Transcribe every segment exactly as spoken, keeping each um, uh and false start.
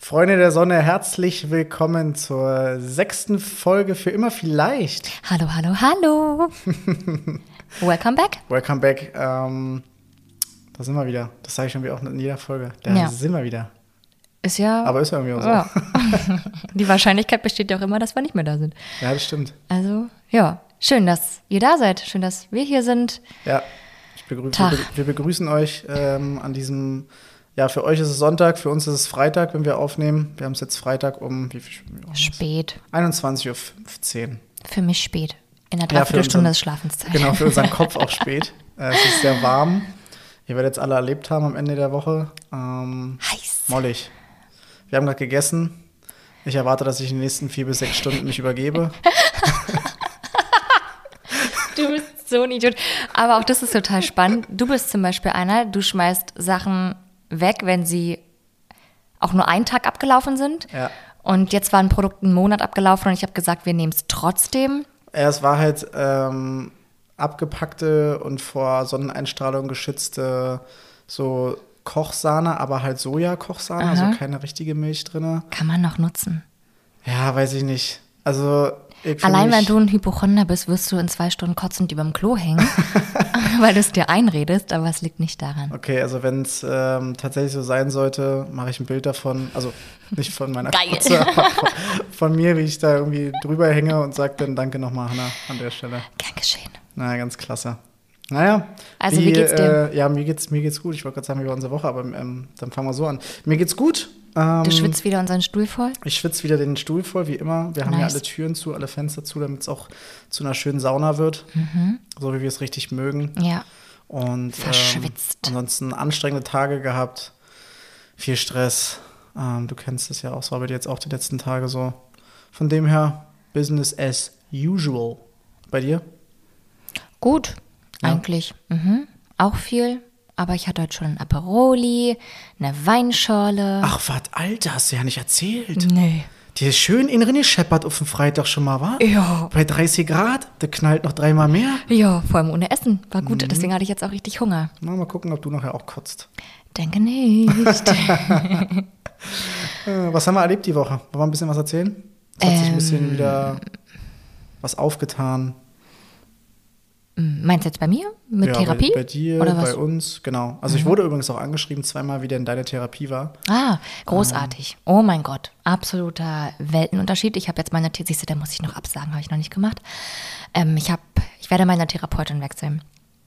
Freunde der Sonne, herzlich willkommen zur sechsten Folge für immer vielleicht. Hallo, hallo, hallo. Welcome back. Welcome back. Ähm, da sind wir wieder. Das sage ich schon wie auch in jeder Folge. Da ja. sind wir wieder. Ist ja. Aber ist ja irgendwie auch so. Ja. Die Wahrscheinlichkeit besteht ja auch immer, dass wir nicht mehr da sind. Ja, das stimmt. Also, ja. Schön, dass ihr da seid. Schön, dass wir hier sind. Ja, ich begrü- wir, be- wir begrüßen euch ähm, an diesem. Ja, für euch ist es Sonntag, für uns ist es Freitag, wenn wir aufnehmen. Wir haben es jetzt Freitag um wie viel? Spät. einundzwanzig Uhr fünfzehn. Für mich spät. In der Dreiviertelstunde ja, des Schlafenszeit. Genau, für unseren Kopf auch spät. äh, es ist sehr warm. Ihr werdet es alle erlebt haben am Ende der Woche. Ähm, Heiß. Mollig. Wir haben gerade gegessen. Ich erwarte, dass ich in den nächsten vier bis sechs Stunden mich übergebe. Du bist so ein Idiot. Aber auch das ist total spannend. Du bist zum Beispiel einer, du schmeißt Sachen weg, wenn sie auch nur einen Tag abgelaufen sind. Ja. Und jetzt war ein Produkt einen Monat abgelaufen und ich habe gesagt, wir nehmen es trotzdem. Ja, es war halt ähm, abgepackte und vor Sonneneinstrahlung geschützte so Kochsahne, aber halt Soja-Kochsahne, Aha. also keine richtige Milch drin. Kann man noch nutzen. Ja, weiß ich nicht. Also ich Allein mich, weil du ein Hypochonder bist, wirst du in zwei Stunden kotzend überm Klo hängen, weil du es dir einredest, aber es liegt nicht daran. Okay, also wenn es ähm, tatsächlich so sein sollte, mache ich ein Bild davon, also nicht von meiner Geil. Kotze, aber von, von mir, wie ich da irgendwie drüber hänge und sage dann danke nochmal, Hanna, an der Stelle. Gern geschehen. Na, ganz klasse. Naja. Also wie geht's dir? Äh, ja, mir geht's, mir geht's gut. Ich wollte gerade sagen, wie war unsere Woche, aber ähm, dann fangen wir so an. Mir geht's gut. Ähm, Du schwitzt wieder unseren Stuhl voll? Ich schwitze wieder den Stuhl voll, wie immer. Wir haben Nice. ja alle Türen zu, alle Fenster zu, damit es auch zu einer schönen Sauna wird. Mhm. So wie wir es richtig mögen. Ja. Und Verschwitzt. Ähm, ansonsten anstrengende Tage gehabt, viel Stress. Ähm, du kennst es ja auch, es war bei dir jetzt auch die letzten Tage so. Von dem her, Business as usual. Bei dir? Gut, Ja. eigentlich. Mhm. Auch viel. Aber ich hatte heute schon ein Aperoli, eine Weinschorle. Ach, was, Alter, hast du ja nicht erzählt. nee. Die ist schön in Rinne scheppert auf dem Freitag schon mal, wa? Ja. Bei dreißig Grad, der knallt noch dreimal mehr. Ja, vor allem ohne Essen. War gut, Mhm. deswegen hatte ich jetzt auch richtig Hunger. Na, mal gucken, ob du nachher auch kotzt. Denke nicht. Äh, was haben wir erlebt die Woche? Wollen wir ein bisschen was erzählen? Es hat sich ein bisschen Ähm. wieder was aufgetan. Meinst du jetzt bei mir? Mit Ja, Therapie? Bei, bei dir, Oder was? bei uns, genau. Also ich wurde übrigens auch angeschrieben zweimal, wie denn deine Therapie war. Ah, großartig. Oh mein Gott, absoluter Weltenunterschied. Ich habe jetzt meine Therapie, siehst du, da muss ich noch absagen, habe ich noch nicht gemacht. Ähm, ich, hab, ich werde meine Therapeutin wechseln.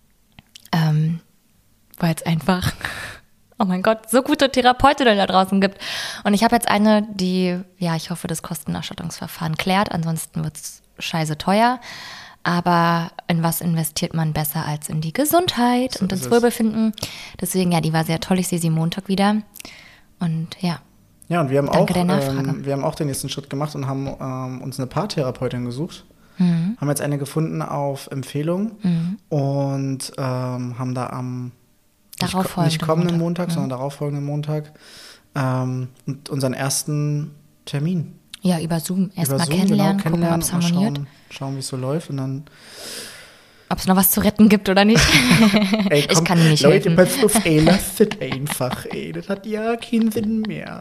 Ähm, weil es einfach, oh mein Gott, so gute Therapeutinnen da draußen gibt. Und ich habe jetzt eine, die, ja, ich hoffe, das Kostenerstattungsverfahren klärt. Ansonsten wird es scheiße teuer. Aber in was investiert man besser als in die Gesundheit So und ist das es. Wohlbefinden? Deswegen, ja, die war sehr toll. Ich sehe sie Montag wieder. Und ja, Ja, und wir haben, Danke auch, der Nachfrage. ähm, wir haben auch den nächsten Schritt gemacht und haben ähm, uns eine Paartherapeutin gesucht. Mhm. Haben jetzt eine gefunden auf Empfehlung und ähm, haben da am nicht, Darauf ko- nicht folgenden kommenden Montag, Montag, sondern darauf folgenden Montag ähm, und unseren ersten Termin. ja, über Zoom erstmal Über Zoom, kennenlernen, genau, gucken, ob kennenlernen es und mal harmoniert, schauen, schauen wie es so läuft und dann ob es noch was zu retten gibt oder nicht. ey, komm, ich kann nicht Leute, helfen. pass auf, ey, lasst es einfach, ey, das hat ja keinen Sinn mehr.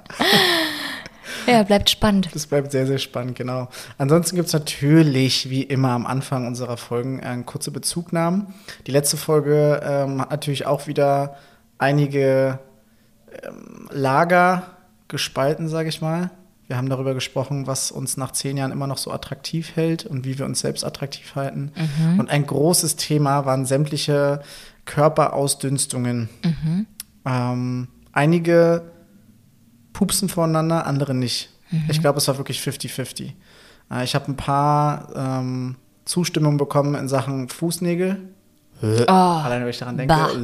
Ja, bleibt spannend. Das bleibt sehr, sehr spannend, genau. Ansonsten gibt es natürlich, wie immer am Anfang unserer Folgen, äh, kurze Bezugnahmen. Die letzte Folge ähm, hat natürlich auch wieder einige ähm, Lager gespalten, sage ich mal. Wir haben darüber gesprochen, was uns nach zehn Jahren immer noch so attraktiv hält und wie wir uns selbst attraktiv halten. Mhm. Und ein großes Thema waren sämtliche Körperausdünstungen. Mhm. Ähm, einige pupsen voneinander, andere nicht. Mhm. Ich glaube, es war wirklich fifty fifty. Äh, ich habe ein paar ähm, Zustimmungen bekommen in Sachen Fußnägel. Oh, Allein, wenn ich daran denke. bah.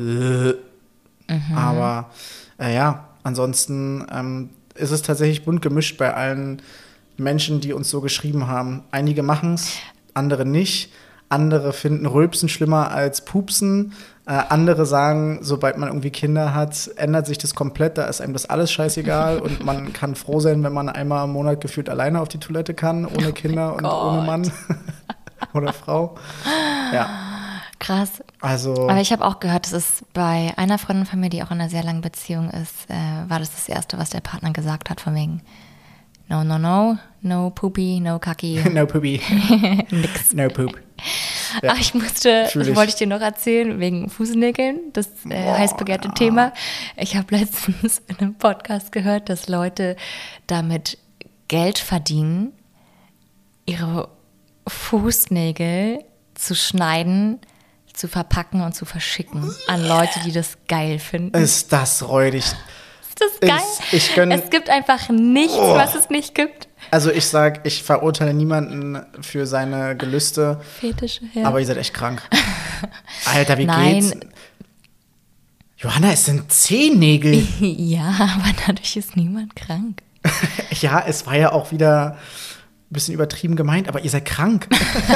Äh. Aber äh, ja, ansonsten ähm, ist es tatsächlich bunt gemischt bei allen Menschen, die uns so geschrieben haben. Einige machen es, andere nicht. Andere finden Rülpsen schlimmer als Pupsen. Äh, andere sagen, sobald man irgendwie Kinder hat, ändert sich das komplett. Da ist einem das alles scheißegal. Und man kann froh sein, wenn man einmal im Monat gefühlt alleine auf die Toilette kann, ohne Kinder und Gott. ohne Mann oder Frau. Ja. Krass. Also, Aber ich habe auch gehört, dass es bei einer Freundin von mir, die auch in einer sehr langen Beziehung ist, äh, war das das Erste, was der Partner gesagt hat, von wegen no, no, no, no poopy, no kaki. no poopy. Nix. No poop. Ja. Ach, ich musste, Fühl das ich. wollte ich dir noch erzählen, wegen Fußnägeln, das äh, heiß begehrte ja. Thema. Ich habe letztens in einem Podcast gehört, dass Leute damit Geld verdienen, ihre Fußnägel zu schneiden, zu verpacken und zu verschicken an Leute, die das geil finden. Ist das räudig. Ist das geil? Ich, ich gönn, es gibt einfach nichts, Oh. was es nicht gibt. also ich sag, ich verurteile niemanden für seine Gelüste, Fetische, ja. aber ihr seid echt krank. Alter, wie Nein. geht's? Johanna, es sind Zehennägel. Ja, aber dadurch ist niemand krank. Ja, es war ja auch wieder ein bisschen übertrieben gemeint, aber ihr seid krank.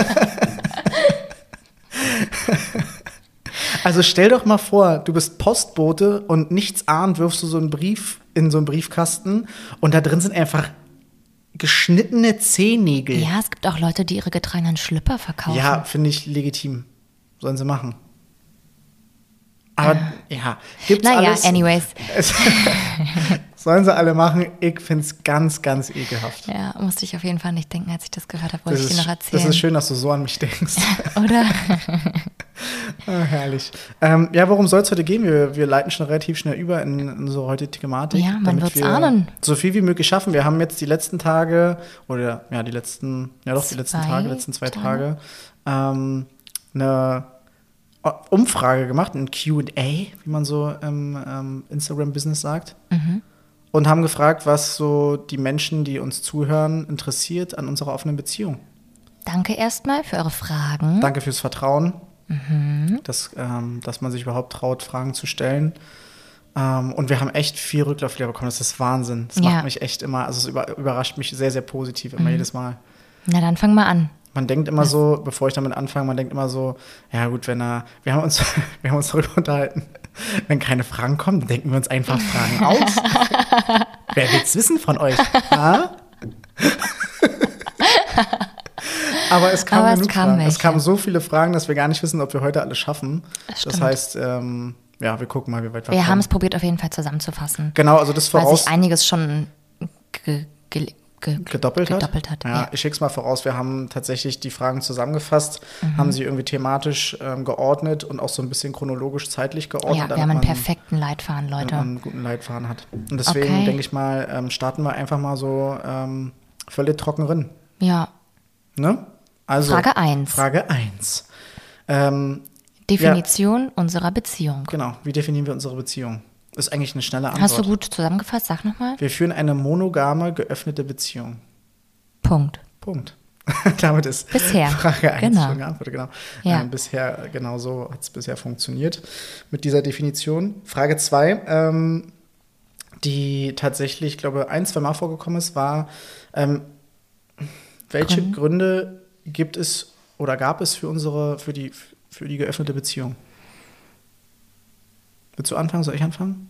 Also stell doch mal vor, du bist Postbote und nichts ahnt, wirfst du so einen Brief in so einen Briefkasten und da drin sind einfach geschnittene Zehennägel. Ja, es gibt auch Leute, die ihre getragenen Schlüpper verkaufen. Ja, finde ich legitim. Sollen sie machen. Aber ja, gibt's Naja, alles. anyways. Es, sollen sie alle machen. Ich finde es ganz, ganz ekelhaft. Ja, musste ich auf jeden Fall nicht denken, als ich das gehört habe, wollte Das ich dir ist, noch erzählen. das ist schön, dass du so an mich denkst. Oder? Ah, herrlich. Ähm, ja, worum soll es heute gehen? Wir, wir leiten schon relativ schnell über in, in unsere heutige Thematik. Ja, man damit wird's wir ahnen. So viel wie möglich schaffen. Wir haben jetzt die letzten Tage, oder ja, die letzten, ja doch, die letzten Zwei Tage, letzten zwei Tage. Tage, ähm, eine Umfrage gemacht, ein Q and A, wie man so im ähm, Instagram-Business sagt. Mhm. Und haben gefragt, was so die Menschen, die uns zuhören, interessiert an unserer offenen Beziehung. Danke erstmal für eure Fragen. Danke fürs Vertrauen, Mhm. dass, ähm, dass man sich überhaupt traut, Fragen zu stellen. Ähm, und wir haben echt viel Rücklauf wieder bekommen. Das ist Wahnsinn. Das Ja. macht mich echt immer, also es über, überrascht mich sehr, sehr positiv, immer Mhm. jedes Mal. Na, dann fang mal an. Man denkt immer so, bevor ich damit anfange, man denkt immer so, ja gut, wenn er, wir haben uns, wir haben uns darüber unterhalten, wenn keine Fragen kommen, dann denken wir uns einfach Fragen aus. Wer will's wissen von euch? Ja? Aber es kamen Aber es genug kamen Fragen. Es welche. kamen so viele Fragen, dass wir gar nicht wissen, ob wir heute alles schaffen. Das Das stimmt. heißt, ähm, ja, wir gucken mal, wie weit wir Wir haben kommen. es probiert, auf jeden Fall zusammenzufassen. Genau, also das Weil voraus sich einiges schon ge ge ge gedoppelt hat. gedoppelt hat. Ja, Ja. ich schick's mal voraus. Wir haben tatsächlich die Fragen zusammengefasst, Mhm. haben sie irgendwie thematisch ähm, geordnet und auch so ein bisschen chronologisch zeitlich geordnet. Ja, wir damit haben einen man- perfekten Leitfaden, damit Leute. man einen guten Leitfaden hat. Und deswegen Okay. denke ich mal, ähm, starten wir einfach mal so ähm, völlig trocken rein. Ja. Ne? Also, Frage eins. Frage eins. Ähm, Definition unserer Beziehung. genau, wie definieren wir unsere Beziehung? Ist eigentlich eine schnelle Antwort. Hast du gut zusammengefasst? Sag nochmal. Wir führen eine monogame, geöffnete Beziehung. Punkt. Punkt. Damit ist Bisher. Frage eins Genau. schon geantwortet. Genau. Ja. Ähm, bisher, genau so hat es bisher funktioniert mit dieser Definition. Frage zwei, ähm, die tatsächlich, ich glaube, ein, zwei Mal vorgekommen ist, war, ähm, welche Gründe? Gründe gibt es oder gab es für unsere, für die, für die geöffnete Beziehung? Willst du anfangen? Soll ich anfangen?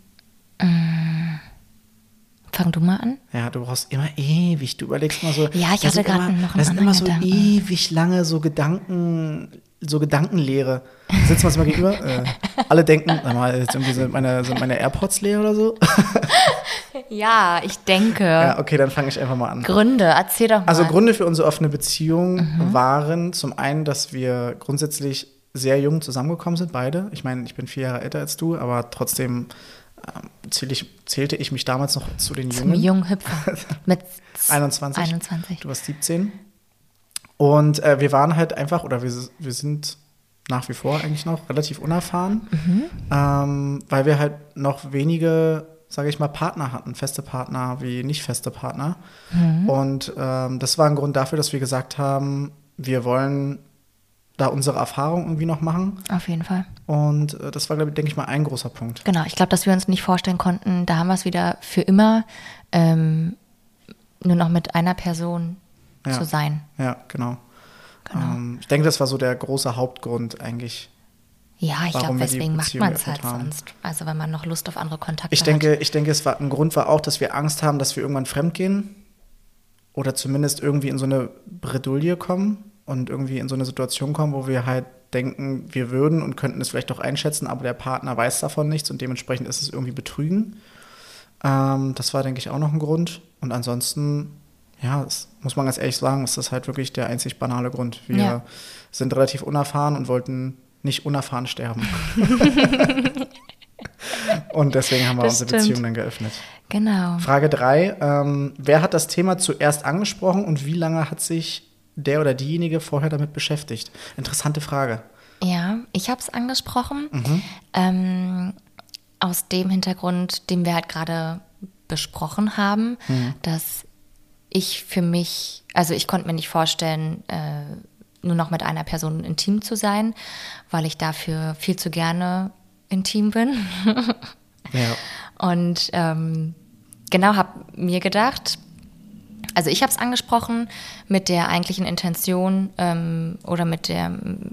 Fang du mal an. Ja, du brauchst immer ewig. Du überlegst mal so. Ja, ich das hatte sind gerade immer- noch einen Das sind anderen immer so Gedanken. ewig lange so Gedanken, so Gedankenlehre. Sitzen wir uns mal gegenüber. Äh, alle denken, sag mal, jetzt irgendwie sind meine, sind meine AirPods leer oder so. Ja, ich denke. Ja, okay, dann fange ich einfach mal an. Gründe, erzähl doch mal. Also Gründe für unsere offene Beziehung Mhm. waren zum einen, dass wir grundsätzlich sehr jung zusammengekommen sind, beide. Ich meine, ich bin vier Jahre älter als du, aber trotzdem ähm, zähl ich, zählte ich mich damals noch zu den Zum Jungen. jungen Hüpfer. Mit einundzwanzig. einundzwanzig. Du warst siebzehn. Und äh, wir waren halt einfach, oder wir, wir sind nach wie vor eigentlich noch relativ unerfahren, Mhm. ähm, weil wir halt noch wenige, sage ich mal, Partner hatten, feste Partner wie nicht feste Partner. Mhm. Und ähm, das war ein Grund dafür, dass wir gesagt haben, wir wollen da unsere Erfahrung irgendwie noch machen. Auf jeden Fall. Und äh, das war, glaube ich, denke ich mal, ein großer Punkt. Genau, ich glaube, dass wir uns nicht vorstellen konnten, da haben wir es wieder für immer, ähm, nur noch mit einer Person Ja. zu sein. Ja, genau. Genau. Ähm, ich denke, das war so der große Hauptgrund eigentlich. Ja, ich Warum glaube, wir die weswegen macht Beziehung man es halt geöffnet haben. sonst. Also wenn man noch Lust auf andere Kontakte Ich hat. denke, ich denke, es war ein Grund war auch, dass wir Angst haben, dass wir irgendwann fremdgehen oder zumindest irgendwie in so eine Bredouille kommen und irgendwie in so eine Situation kommen, wo wir halt denken, wir würden und könnten es vielleicht auch einschätzen, aber der Partner weiß davon nichts und dementsprechend ist es irgendwie Betrügen. Ähm, das war, denke ich, auch noch ein Grund. Und ansonsten, ja, das muss man ganz ehrlich sagen, ist das halt wirklich der einzig banale Grund. Wir ja. sind relativ unerfahren und wollten nicht unerfahren sterben. Und deswegen haben wir das unsere stimmt. Beziehung dann geöffnet. Genau. Frage drei. Ähm, wer hat das Thema zuerst angesprochen und wie lange hat sich der oder diejenige vorher damit beschäftigt? Interessante Frage. Ja, ich habe es angesprochen. Mhm. Ähm, aus dem Hintergrund, den wir halt gerade besprochen haben, mhm. dass ich für mich, also ich konnte mir nicht vorstellen, äh, nur noch mit einer Person intim zu sein, weil ich dafür viel zu gerne intim bin. Ja. Und ähm, genau, habe mir gedacht, also ich habe es angesprochen mit der eigentlichen Intention ähm, oder mit der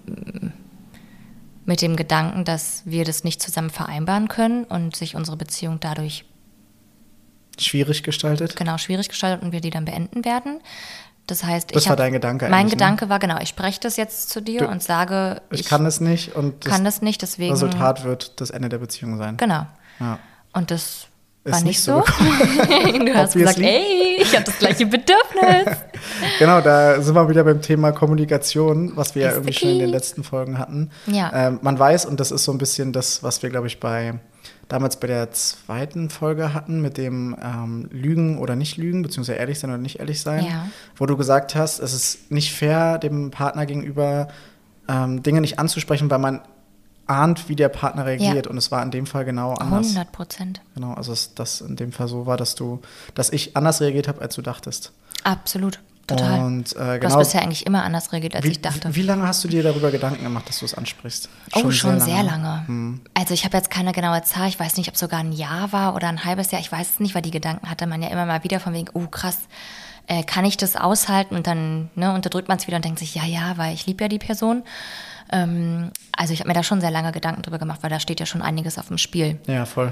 mit dem Gedanken, dass wir das nicht zusammen vereinbaren können und sich unsere Beziehung dadurch schwierig gestaltet. Genau, schwierig gestaltet und wir die dann beenden werden. Das heißt, das ich war hab, dein Gedanke mein eigentlich, Gedanke ne? war, genau, ich spreche das jetzt zu dir du, und sage, ich, ich kann es nicht und das kann das nicht, deswegen Resultat wird das Ende der Beziehung sein. Genau. Ja. Und das ist war nicht, nicht so. Du hast gesagt, ey, ich habe das gleiche Bedürfnis. Genau, da sind wir wieder beim Thema Kommunikation, was wir ja irgendwie schon in den letzten Folgen hatten. Ja. Ähm, man weiß, und das ist so ein bisschen das, was wir, glaube ich, bei damals bei der zweiten Folge hatten, mit dem ähm, Lügen oder nicht Lügen, beziehungsweise ehrlich sein oder nicht ehrlich sein, ja. wo du gesagt hast, es ist nicht fair, dem Partner gegenüber ähm, Dinge nicht anzusprechen, weil man ahnt, wie der Partner reagiert. Ja. Und es war in dem Fall genau anders. hundert Prozent. Genau, also es, das in dem Fall so war, dass du, dass ich anders reagiert habe, als du dachtest. Absolut, total. Und, äh, genau, du hast bisher eigentlich immer anders reagiert, als wie, ich dachte. Wie, wie lange hast du dir darüber Gedanken gemacht, dass du es ansprichst? Schon oh, schon sehr lange. Sehr lange. Hm. Also ich habe jetzt keine genaue Zahl, ich weiß nicht, ob es sogar ein Jahr war oder ein halbes Jahr, ich weiß es nicht, weil die Gedanken hatte man ja immer mal wieder von wegen, oh krass, äh, kann ich das aushalten? Und dann ne, unterdrückt man es wieder und denkt sich, ja, ja, weil ich liebe ja die Person. Ähm, also ich habe mir da schon sehr lange Gedanken drüber gemacht, weil da steht ja schon einiges auf dem Spiel. Ja, voll.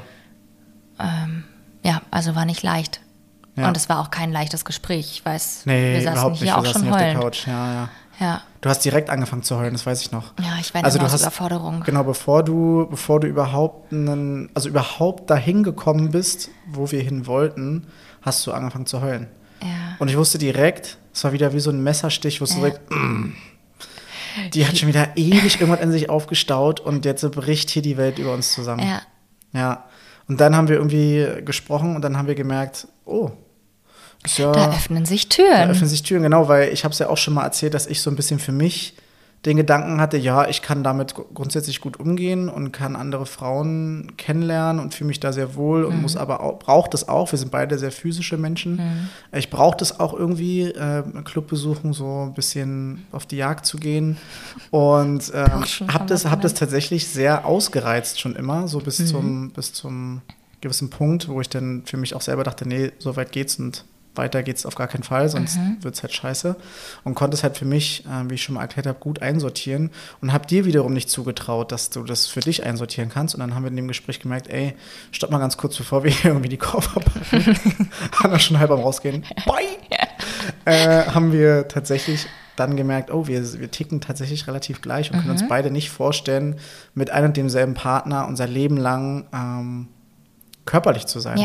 Ähm, ja, also war nicht leicht. Ja. Und es war auch kein leichtes Gespräch. Ich weiß, nee, wir saßen hier auch schon heulend. Auf der Couch. Ja, ja. Ja. Du hast direkt angefangen zu heulen, das weiß ich noch. Ja, ich war also immer du aus hast, Überforderung. Genau, bevor du, bevor du überhaupt einen, also überhaupt dahin gekommen bist, wo wir hin wollten, hast du angefangen zu heulen. Ja. Und ich wusste direkt, es war wieder wie so ein Messerstich, wo du ja. direkt, mm, die hat schon wieder ewig irgendwas in sich aufgestaut und jetzt bricht hier die Welt über uns zusammen. Ja. Ja. Und dann haben wir irgendwie gesprochen und dann haben wir gemerkt, oh, ist ja, da öffnen sich Türen. Da öffnen sich Türen, genau, weil ich habe es ja auch schon mal erzählt, dass ich so ein bisschen für mich den Gedanken hatte, ja, ich kann damit grundsätzlich gut umgehen und kann andere Frauen kennenlernen und fühle mich da sehr wohl und mhm. muss aber auch, braucht es auch, wir sind beide sehr physische Menschen, mhm. ich brauche das auch irgendwie, äh, einen Club besuchen, so ein bisschen auf die Jagd zu gehen und ähm, habe das, hab das tatsächlich sehr ausgereizt schon immer, so bis, mhm. zum, bis zum gewissen Punkt, wo ich dann für mich auch selber dachte, nee, so weit geht's und weiter geht's auf gar keinen Fall, sonst mhm. wird's halt scheiße. Und konnte es halt für mich, äh, wie ich schon mal erklärt habe, gut einsortieren und habe dir wiederum nicht zugetraut, dass du das für dich einsortieren kannst. Und dann haben wir in dem Gespräch gemerkt, ey, stopp mal ganz kurz, bevor wir hier irgendwie die Koffer packen. Haben wir schon halb am Rausgehen. Bye! äh, haben wir tatsächlich dann gemerkt, oh, wir, wir ticken tatsächlich relativ gleich und mhm. können uns beide nicht vorstellen, mit einem und demselben Partner unser Leben lang ähm, körperlich zu sein. Ja.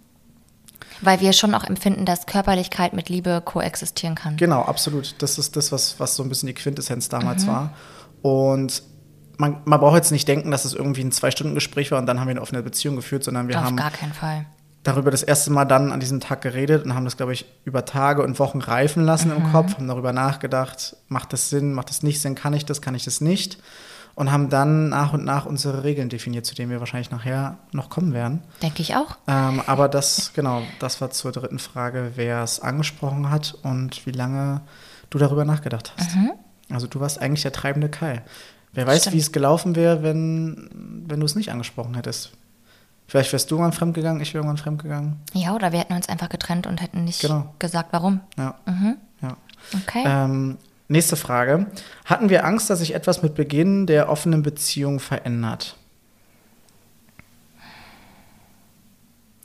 Weil wir schon auch empfinden, dass Körperlichkeit mit Liebe koexistieren kann. Genau, absolut. Das ist das, was, was so ein bisschen die Quintessenz damals mhm. war. Und man, man braucht jetzt nicht denken, dass es irgendwie ein Zwei-Stunden-Gespräch war und dann haben wir eine offene Beziehung geführt, sondern wir Auf haben gar keinen Fall. darüber das erste Mal dann an diesem Tag geredet und haben das, glaube ich, über Tage und Wochen reifen lassen mhm. im Kopf, haben darüber nachgedacht, macht das Sinn, macht das nicht Sinn, kann ich das, kann ich das nicht? Und haben dann nach und nach unsere Regeln definiert, zu denen wir wahrscheinlich nachher noch kommen werden. Denke ich auch. Ähm, aber das, genau, das war zur dritten Frage, wer es angesprochen hat und wie lange du darüber nachgedacht hast. Mhm. Also du warst eigentlich der treibende Keil. Wer weiß, Stimmt. wie es gelaufen wäre, wenn, wenn du es nicht angesprochen hättest. Vielleicht wärst du irgendwann fremdgegangen, ich wäre irgendwann fremdgegangen. Ja, oder wir hätten uns einfach getrennt und hätten nicht genau. gesagt, warum. Ja. Mhm. ja. Okay. Ähm, Nächste Frage. Hatten wir Angst, dass sich etwas mit Beginn der offenen Beziehung verändert?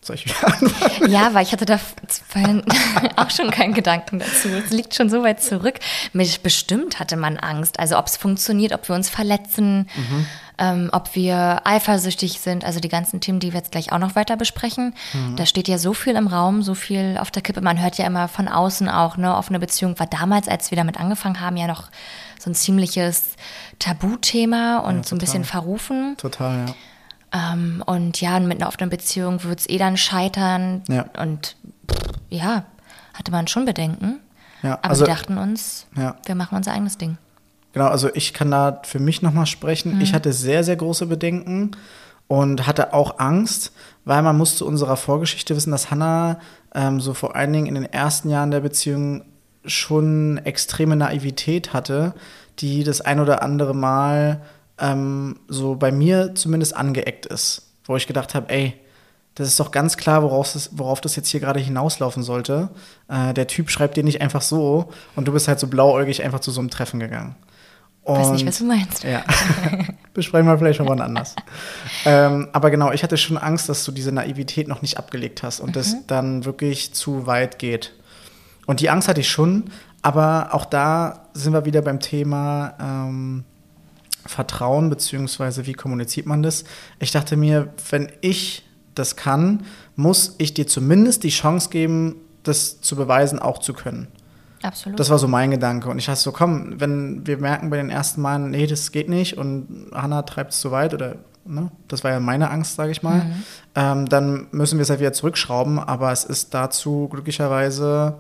Soll ich wieder anfangen? Ja, weil ich hatte da vorhin auch schon keinen Gedanken dazu. Es liegt schon so weit zurück. Bestimmt hatte man Angst. Also ob es funktioniert, ob wir uns verletzen, mhm. ähm, ob wir eifersüchtig sind. Also die ganzen Themen, die wir jetzt gleich auch noch weiter besprechen. Mhm. Da steht ja so viel im Raum, so viel auf der Kippe. Man hört ja immer von außen auch, ne, offene Beziehung war damals, als wir damit angefangen haben, ja noch so ein ziemliches Tabuthema und ja, so ein bisschen verrufen. Total, ja. Ähm, und ja, mit einer offenen Beziehung wird es eh dann scheitern. Ja. Und pff, ja, hatte man schon Bedenken. Ja, aber also, wir dachten uns, ja. wir machen unser eigenes Ding. Genau, also ich kann da für mich nochmal sprechen. Mhm. Ich hatte sehr, sehr große Bedenken und hatte auch Angst, weil man muss zu unserer Vorgeschichte wissen, dass Hannah ähm, so vor allen Dingen in den ersten Jahren der Beziehung schon extreme Naivität hatte, die das ein oder andere Mal ähm, so bei mir zumindest angeeckt ist. Wo ich gedacht habe, ey, das ist doch ganz klar, worauf das, worauf das jetzt hier gerade hinauslaufen sollte. Äh, der Typ schreibt dir nicht einfach so und du bist halt so blauäugig einfach zu so einem Treffen gegangen. Ich weiß nicht, was du meinst. Ja, besprechen wir vielleicht mal wann anders. ähm, aber genau, ich hatte schon Angst, dass du diese Naivität noch nicht abgelegt hast und mhm. das dann wirklich zu weit geht. Und die Angst hatte ich schon, aber auch da sind wir wieder beim Thema ähm, Vertrauen, beziehungsweise wie kommuniziert man das. Ich dachte mir, wenn ich das kann, muss ich dir zumindest die Chance geben, das zu beweisen, auch zu können. Absolut. Das war so mein Gedanke. Und ich dachte so, komm, wenn wir merken bei den ersten Malen, nee, das geht nicht und Hannah treibt es zu weit oder, ne, das war ja meine Angst, sage ich mal, mhm. ähm, dann müssen wir es halt wieder zurückschrauben. Aber es ist dazu glücklicherweise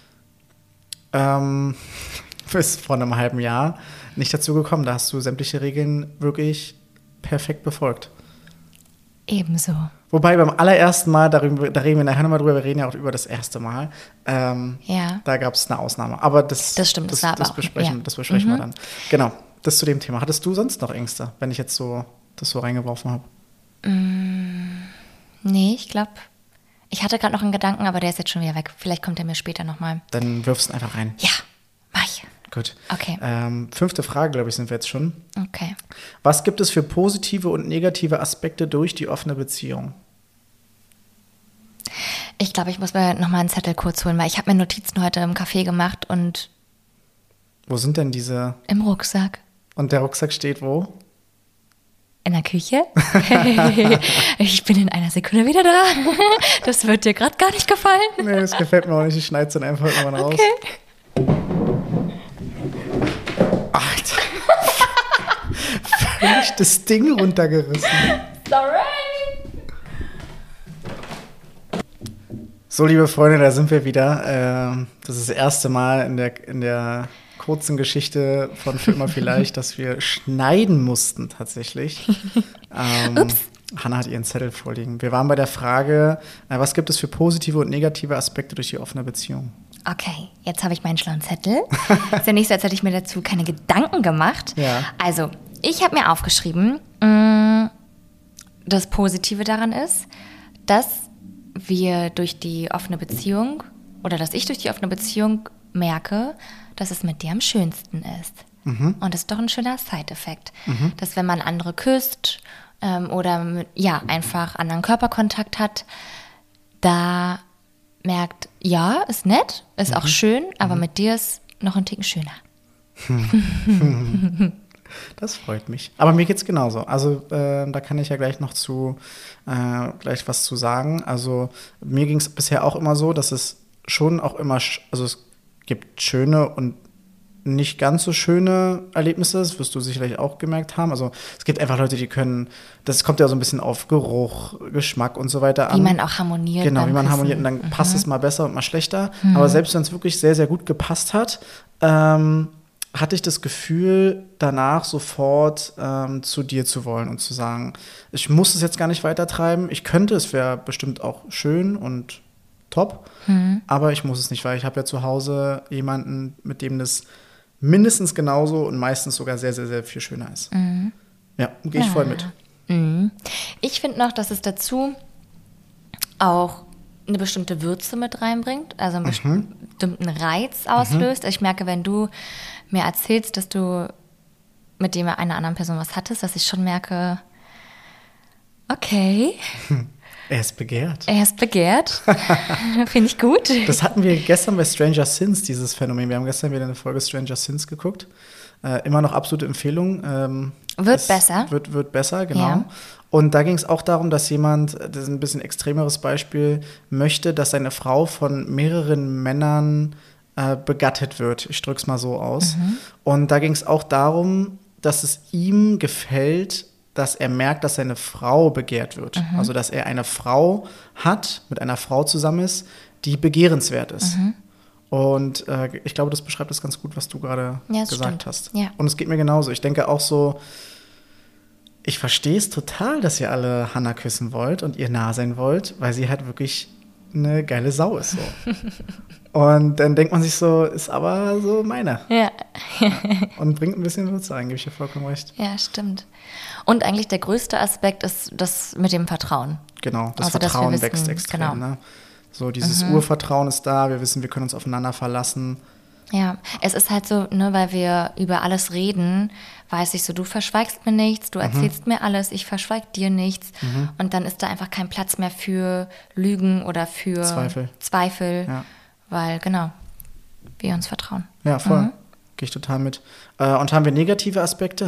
ähm, bis vor einem halben Jahr nicht dazu gekommen. Da hast du sämtliche Regeln wirklich perfekt befolgt. Ebenso. Wobei beim allerersten Mal, darüber, da reden wir nachher nochmal drüber, wir reden ja auch über das erste Mal, ähm, ja. da gab es eine Ausnahme. Aber das, das stimmt, das, das, das auch, besprechen, ja. das besprechen mhm. wir dann. Genau, das zu dem Thema. Hattest du sonst noch Ängste, wenn ich jetzt so das so reingeworfen habe? Mm, nee, ich glaube, ich hatte gerade noch einen Gedanken, aber der ist jetzt schon wieder weg. Vielleicht kommt er mir später nochmal. Dann wirfst du ihn einfach rein. Ja, mach ich. Gut. Okay. Ähm, fünfte Frage, glaube ich, sind wir jetzt schon. Okay. Was gibt es für positive und negative Aspekte durch die offene Beziehung? Ich glaube, ich muss mir nochmal einen Zettel kurz holen, weil ich habe mir Notizen heute im Café gemacht und... Wo sind denn diese? Im Rucksack. Und der Rucksack steht wo? In der Küche. Ich bin in einer Sekunde wieder da. Das wird dir gerade gar nicht gefallen. Nee, das gefällt mir auch nicht. Ich schneide es dann einfach irgendwann raus. Okay. Alter. Völlig das Ding runtergerissen. Sorry. So, liebe Freunde, da sind wir wieder. Das ist das erste Mal in der, in der kurzen Geschichte von Für immer vielleicht, dass wir schneiden mussten tatsächlich. ähm, Ups. Hannah hat ihren Zettel vorliegen. Wir waren bei der Frage, was gibt es für positive und negative Aspekte durch die offene Beziehung? Okay, jetzt habe ich meinen schlauen Zettel. Ist ja nicht so, als hätte ich mir dazu keine Gedanken gemacht. Ja. Also, ich habe mir aufgeschrieben, das Positive daran ist, dass wir durch die offene Beziehung oder dass ich durch die offene Beziehung merke, dass es mit dir am schönsten ist. Mhm. Und das ist doch ein schöner Side-Effekt, mhm. dass wenn man andere küsst ähm, oder mit, ja, einfach anderen Körperkontakt hat, da merkt, ja, ist nett, ist mhm. auch schön, aber mhm. mit dir ist noch ein Ticken schöner. Das freut mich. Aber mir geht's genauso. Also äh, da kann ich ja gleich noch zu äh, gleich was zu sagen. Also mir ging es bisher auch immer so, dass es schon auch immer, sch- also es gibt schöne und nicht ganz so schöne Erlebnisse, das wirst du sicherlich auch gemerkt haben. Also es gibt einfach Leute, die können, das kommt ja so ein bisschen auf Geruch, Geschmack und so weiter an. Wie man auch harmoniert. Genau, wie man Küssen. harmoniert und dann mhm. passt es mal besser und mal schlechter. Mhm. Aber selbst wenn es wirklich sehr, sehr gut gepasst hat, ähm, hatte ich das Gefühl, danach sofort ähm, zu dir zu wollen und zu sagen, ich muss es jetzt gar nicht weitertreiben. Ich könnte, es wäre bestimmt auch schön und top, mhm. aber ich muss es nicht, weil ich habe ja zu Hause jemanden, mit dem das mindestens genauso und meistens sogar sehr, sehr, sehr viel schöner ist. Mhm. Ja, gehe ich ja. voll mit. Mhm. Ich finde noch, dass es dazu auch eine bestimmte Würze mit reinbringt, also einen mhm. bestimmten Reiz auslöst. Mhm. Ich merke, wenn du mir erzählst, dass du mit dem einer anderen Person was hattest, dass ich schon merke, okay, Er ist begehrt. Er ist begehrt. Finde ich gut. Das hatten wir gestern bei Stranger Things, dieses Phänomen. Wir haben gestern wieder eine Folge Stranger Things geguckt. Äh, immer noch absolute Empfehlung. Ähm, wird besser. Wird, wird besser, genau. Ja. Und da ging es auch darum, dass jemand, das ist ein bisschen extremeres Beispiel, möchte, dass seine Frau von mehreren Männern äh, begattet wird. Ich drück's mal so aus. Mhm. Und da ging es auch darum, dass es ihm gefällt, dass er merkt, dass seine Frau begehrt wird. Mhm. Also, dass er eine Frau hat, mit einer Frau zusammen ist, die begehrenswert ist. Mhm. Und äh, ich glaube, das beschreibt das ganz gut, was du gerade ja, gesagt stimmt. hast. Ja. Und es geht mir genauso. Ich denke auch so, ich verstehe es total, dass ihr alle Hannah küssen wollt und ihr nah sein wollt, weil sie halt wirklich eine geile Sau ist. So. Und dann denkt man sich so, ist aber so meine. Ja. Ja. Und bringt ein bisschen Würze rein, gebe ich dir vollkommen recht. Ja, stimmt. Und eigentlich der größte Aspekt ist das mit dem Vertrauen. Genau, das also, Vertrauen wissen, wächst extrem. Genau. Ne? So dieses mhm. Urvertrauen ist da, wir wissen, wir können uns aufeinander verlassen. Ja, es ist halt so, ne, weil wir über alles reden, weiß ich so, du verschweigst mir nichts, du erzählst mhm. mir alles, ich verschweig dir nichts. Mhm. Und dann ist da einfach kein Platz mehr für Lügen oder für Zweifel. Zweifel, ja. weil, genau, wir uns vertrauen. Ja, voll. Mhm. Gehe ich total mit. Äh, und haben wir negative Aspekte?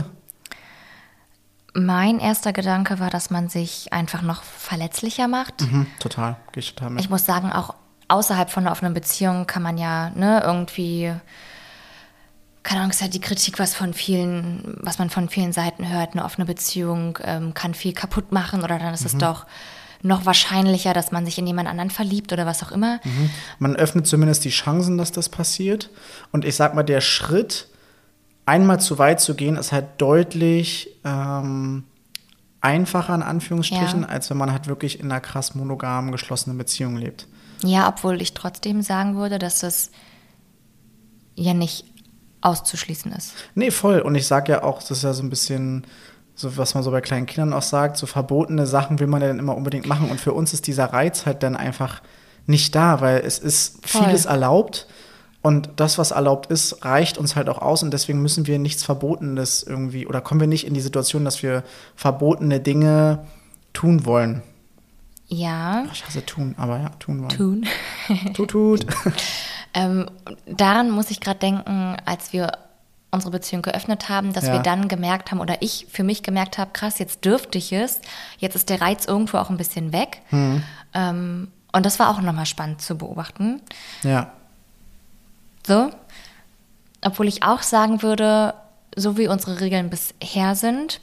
Mein erster Gedanke war, dass man sich einfach noch verletzlicher macht. Mhm, total, gehe ich total mit. Ich muss sagen, auch außerhalb von einer offenen Beziehung kann man ja ne, irgendwie, keine Ahnung, ist ja die Kritik, was von vielen, was man von vielen Seiten hört, eine offene Beziehung ähm, kann viel kaputt machen oder dann ist mhm. es doch noch wahrscheinlicher, dass man sich in jemand anderen verliebt oder was auch immer. Mhm. Man öffnet zumindest die Chancen, dass das passiert. Und ich sag mal, der Schritt, einmal zu weit zu gehen, ist halt deutlich ähm, einfacher, in Anführungsstrichen, ja. als wenn man halt wirklich in einer krass monogamen, geschlossenen Beziehung lebt. Ja, obwohl ich trotzdem sagen würde, dass das ja nicht auszuschließen ist. Nee, voll. Und ich sag ja auch, das ist ja so ein bisschen, so was man so bei kleinen Kindern auch sagt, so verbotene Sachen will man ja dann immer unbedingt machen. Und für uns ist dieser Reiz halt dann einfach nicht da, weil es ist voll. Vieles erlaubt. Und das, was erlaubt ist, reicht uns halt auch aus. Und deswegen müssen wir nichts Verbotenes irgendwie, oder kommen wir nicht in die Situation, dass wir verbotene Dinge tun wollen. Ja. Ach, ich hasse tun, aber ja, tun wollen. Tun. Tut, tut. ähm, daran muss ich gerade denken, als wir unsere Beziehung geöffnet haben, dass ja. wir dann gemerkt haben, oder ich für mich gemerkt habe, krass, jetzt dürfte ich es. Jetzt ist der Reiz irgendwo auch ein bisschen weg. Mhm. Ähm, und das war auch nochmal spannend zu beobachten. Ja. So. Obwohl ich auch sagen würde, so wie unsere Regeln bisher sind,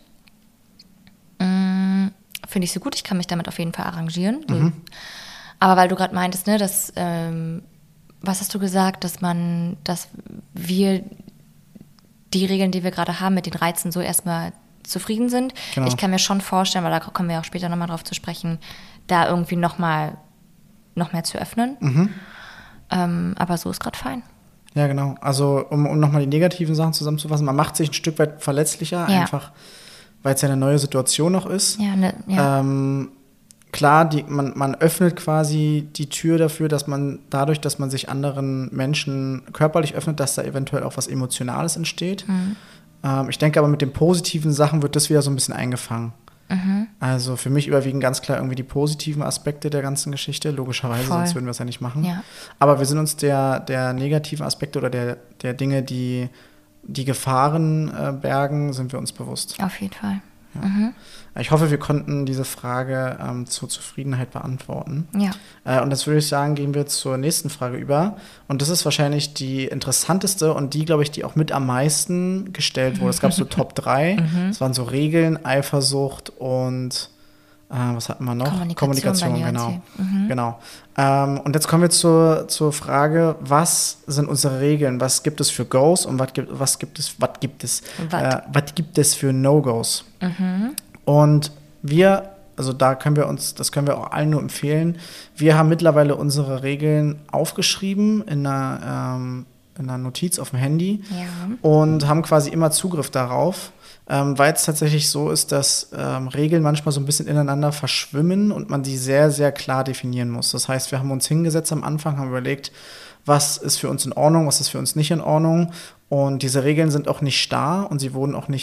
mh, finde ich so gut, ich kann mich damit auf jeden Fall arrangieren. Mhm. Aber weil du gerade meintest, ne, dass, ähm, was hast du gesagt, dass man, dass wir die Regeln, die wir gerade haben, mit den Reizen so erstmal zufrieden sind. Genau. Ich kann mir schon vorstellen, weil da kommen wir auch später nochmal drauf zu sprechen, da irgendwie nochmal noch mehr zu öffnen. Mhm. Ähm, aber so ist gerade fein. Ja, genau. Also um, um nochmal die negativen Sachen zusammenzufassen, man macht sich ein Stück weit verletzlicher, ja. einfach weil es ja eine neue Situation noch ist. Ja, ne, ja. Ähm, klar, die, man, man öffnet quasi die Tür dafür, dass man dadurch, dass man sich anderen Menschen körperlich öffnet, dass da eventuell auch was Emotionales entsteht. Mhm. Ähm, ich denke aber, mit den positiven Sachen wird das wieder so ein bisschen eingefangen. Mhm. Also für mich überwiegen ganz klar irgendwie die positiven Aspekte der ganzen Geschichte, logischerweise, Voll. Sonst würden wir es ja nicht machen. Ja. Aber wir sind uns der, der negativen Aspekte oder der, der Dinge, die die Gefahren äh, bergen, sind wir uns bewusst. Auf jeden Fall. Ja. Mhm. Ich hoffe, wir konnten diese Frage ähm, zur Zufriedenheit beantworten. Ja. Äh, und jetzt würde ich sagen, gehen wir zur nächsten Frage über. Und das ist wahrscheinlich die interessanteste und die, glaube ich, die auch mit am meisten gestellt wurde. Es gab so Top drei. Mhm. Es waren so Regeln, Eifersucht und äh, was hatten wir noch? Kommunikation, Kommunikation genau. Mhm. genau. Ähm, und jetzt kommen wir zur, zur Frage, was sind unsere Regeln? Was gibt es für Goes und was gibt, was gibt es, was gibt es, äh, was gibt es für No-Gos? Mhm. Und wir, also da können wir uns, das können wir auch allen nur empfehlen, wir haben mittlerweile unsere Regeln aufgeschrieben in einer, ähm, in einer Notiz auf dem Handy ja. und haben quasi immer Zugriff darauf. Ähm, weil es tatsächlich so ist, dass ähm, Regeln manchmal so ein bisschen ineinander verschwimmen und man die sehr, sehr klar definieren muss. Das heißt, wir haben uns hingesetzt am Anfang, haben überlegt, was ist für uns in Ordnung, was ist für uns nicht in Ordnung. Und diese Regeln sind auch nicht starr und sie wurden auch nicht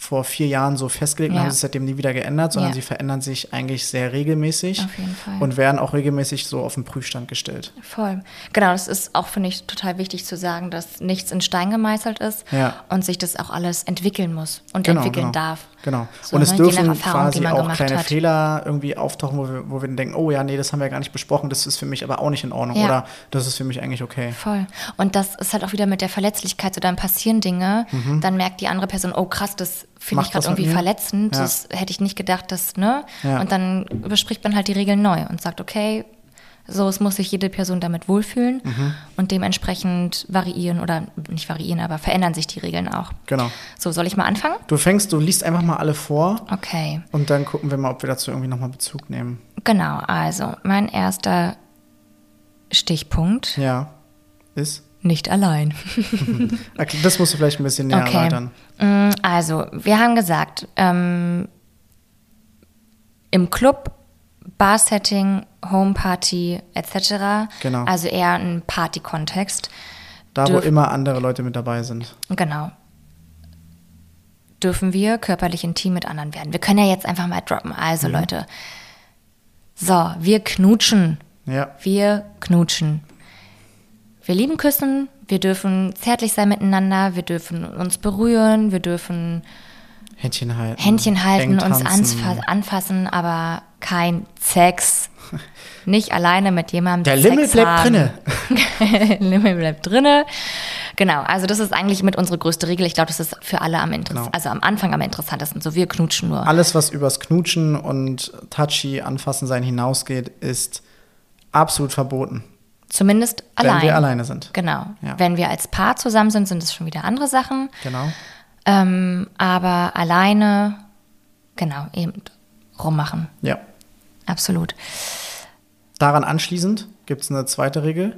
vor vier Jahren so festgelegt und Ja. haben sich seitdem nie wieder geändert, sondern Ja. sie verändern sich eigentlich sehr regelmäßig Auf jeden Fall. und werden auch regelmäßig so auf den Prüfstand gestellt. Voll. Genau, das ist auch, finde ich, total wichtig zu sagen, dass nichts in Stein gemeißelt ist Ja. und sich das auch alles entwickeln muss und Genau, entwickeln genau. darf. Genau. So, und es ne, je nach dürfen Erfahrung, die quasi man auch gemacht kleine hat. Fehler irgendwie auftauchen, wo wir, wo wir dann denken, oh ja, nee, das haben wir gar nicht besprochen, das ist für mich aber auch nicht in Ordnung Ja. oder das ist für mich eigentlich okay. Voll. Und das ist halt auch wieder mit der Verletzlichkeit, so dann passieren Dinge, dann merkt die andere Person, oh krass, das finde Macht ich gerade was mit irgendwie mir? verletzend, Ja. das hätte ich nicht gedacht, dass, ne? Ja. Und dann bespricht man halt die Regeln neu und sagt, okay, so, es muss sich jede Person damit wohlfühlen Mhm. und dementsprechend variieren oder nicht variieren, aber verändern sich die Regeln auch. Genau. So, soll ich mal anfangen? Du fängst, du liest einfach mal alle vor Okay. und dann gucken wir mal, ob wir dazu irgendwie nochmal Bezug nehmen. Genau, also mein erster Stichpunkt, Ja. Ist? nicht allein. Okay, das musst du vielleicht ein bisschen näher Okay. erläutern. Mm, Also, wir haben gesagt, ähm, im Club, Bar-Setting, Homeparty et cetera. Genau. Also eher ein Party-Kontext. Da, wo Dürf- immer andere Leute mit dabei sind. Genau. Dürfen wir körperlich intim mit anderen werden. Wir können ja jetzt einfach mal droppen. Also Mhm. Leute, so, wir knutschen. Ja. Wir knutschen. Wir lieben küssen, wir dürfen zärtlich sein miteinander, wir dürfen uns berühren, wir dürfen Händchen halten. Händchen halten, eng uns tanzen. anfa- anfassen, aber kein Sex. Nicht alleine mit jemandem Der Sex Limmel bleibt haben. drinne. Limmel bleibt drinne. Genau, also das ist eigentlich mit unsere größte Regel. Ich glaube, das ist für alle am Interess- Genau. also am Anfang am interessantesten. So, wir knutschen nur. Alles, was übers Knutschen und Touchy, Anfassen sein hinausgeht, ist absolut verboten. Zumindest Wenn allein. wir alleine sind. Genau. Ja. Wenn wir als Paar zusammen sind, sind es schon wieder andere Sachen. Genau. Ähm, aber alleine, genau, eben rummachen. Ja. Absolut. Daran anschließend gibt es eine zweite Regel.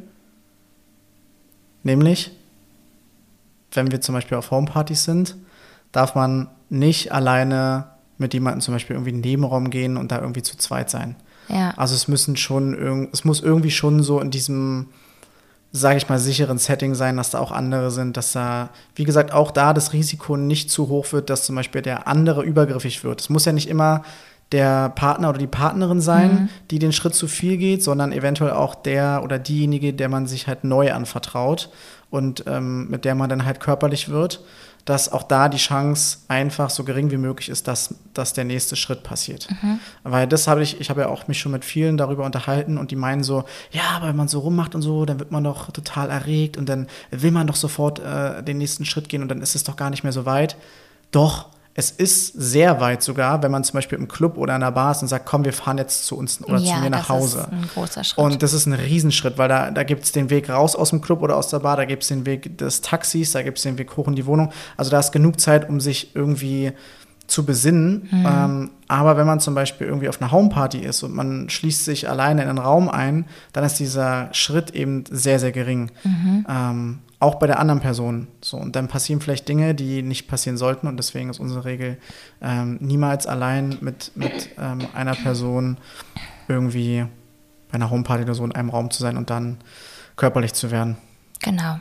Nämlich, wenn wir zum Beispiel auf Homepartys sind, darf man nicht alleine mit jemandem zum Beispiel irgendwie in den Nebenraum gehen und da irgendwie zu zweit sein. Ja. Also es müssen schon irgend, es muss irgendwie schon so in diesem, sage ich mal, sicheren Setting sein, dass da auch andere sind, dass da, wie gesagt, auch da das Risiko nicht zu hoch wird, dass zum Beispiel der andere übergriffig wird. Es muss ja nicht immer der Partner oder die Partnerin sein, Mhm. die den Schritt zu viel geht, sondern eventuell auch der oder diejenige, der man sich halt neu anvertraut und ähm, mit der man dann halt körperlich wird, dass auch da die Chance einfach so gering wie möglich ist, dass, dass der nächste Schritt passiert. Mhm. Weil das habe ich, ich habe ja auch mich schon mit vielen darüber unterhalten und die meinen so, ja, aber wenn man so rummacht und so, dann wird man doch total erregt und dann will man doch sofort äh, den nächsten Schritt gehen und dann ist es doch gar nicht mehr so weit. Doch, es ist sehr weit sogar, wenn man zum Beispiel im Club oder in einer Bar ist und sagt, komm, wir fahren jetzt zu uns oder ja, zu mir nach das Hause. ist ein großer Schritt. Und das ist ein Riesenschritt, weil da, da gibt es den Weg raus aus dem Club oder aus der Bar, da gibt es den Weg des Taxis, da gibt es den Weg hoch in die Wohnung. Also da ist genug Zeit, um sich irgendwie zu besinnen. Mhm. Ähm, aber wenn man zum Beispiel irgendwie auf einer Homeparty ist und man schließt sich alleine in einen Raum ein, dann ist dieser Schritt eben sehr, sehr gering. Mhm. Ähm, auch bei der anderen Person. So, und dann passieren vielleicht Dinge, die nicht passieren sollten. Und deswegen ist unsere Regel, ähm, niemals allein mit, mit ähm, einer Person irgendwie bei einer Homeparty oder so in einem Raum zu sein und dann körperlich zu werden. Genau.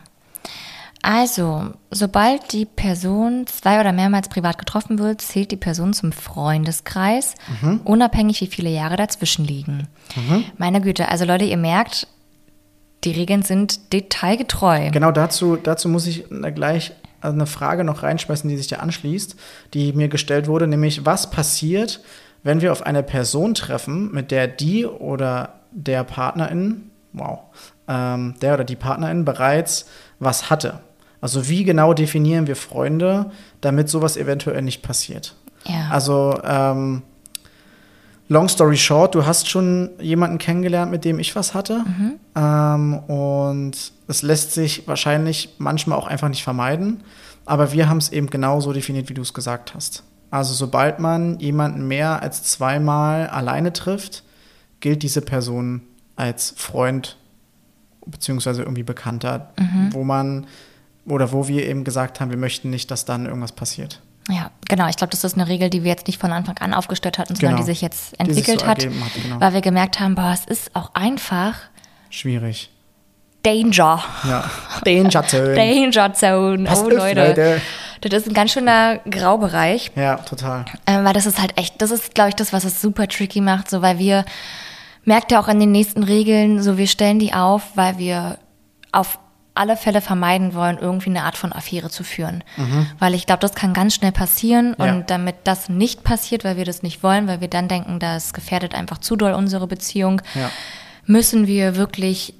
Also, sobald die Person zwei- oder mehrmals privat getroffen wird, zählt die Person zum Freundeskreis, Mhm. unabhängig wie viele Jahre dazwischen liegen. Meine Güte, also Leute, ihr merkt, die Regeln sind detailgetreu. Genau dazu, dazu muss ich gleich eine Frage noch reinschmeißen, die sich da anschließt, die mir gestellt wurde, nämlich was passiert, wenn wir auf eine Person treffen, mit der die oder der Partnerin, wow, ähm, der oder die Partnerin bereits was hatte. Also wie genau definieren wir Freunde, damit sowas eventuell nicht passiert? Ja. Also ähm, long story short, du hast schon jemanden kennengelernt, mit dem ich was hatte. Mhm. Ähm, und es lässt sich wahrscheinlich manchmal auch einfach nicht vermeiden. Aber wir haben es eben genau so definiert, wie du es gesagt hast. Also sobald man jemanden mehr als zweimal alleine trifft, gilt diese Person als Freund beziehungsweise irgendwie Bekannter, Mhm. wo man oder wo wir eben gesagt haben, wir möchten nicht, dass dann irgendwas passiert. Ja, genau. Ich glaube, das ist eine Regel, die wir jetzt nicht von Anfang an aufgestellt hatten, sondern Genau. die sich jetzt Die sich entwickelt so hat, ergeben hat, genau. weil wir gemerkt haben, boah, es ist auch einfach Schwierig. Danger. Ja. Danger Zone. Danger Zone. Passt Oh auf, Leute. Leute. Das ist ein ganz schöner Graubereich. Ja, total. Ähm, weil das ist halt echt, das ist, glaube ich, das, was es super tricky macht, so, weil wir, merkt ihr auch in den nächsten Regeln, so, wir stellen die auf, weil wir auf alle Fälle vermeiden wollen, irgendwie eine Art von Affäre zu führen. Mhm. Weil ich glaube, das kann ganz schnell passieren. Ja. Und damit das nicht passiert, weil wir das nicht wollen, weil wir dann denken, das gefährdet einfach zu doll unsere Beziehung, ja. müssen wir wirklich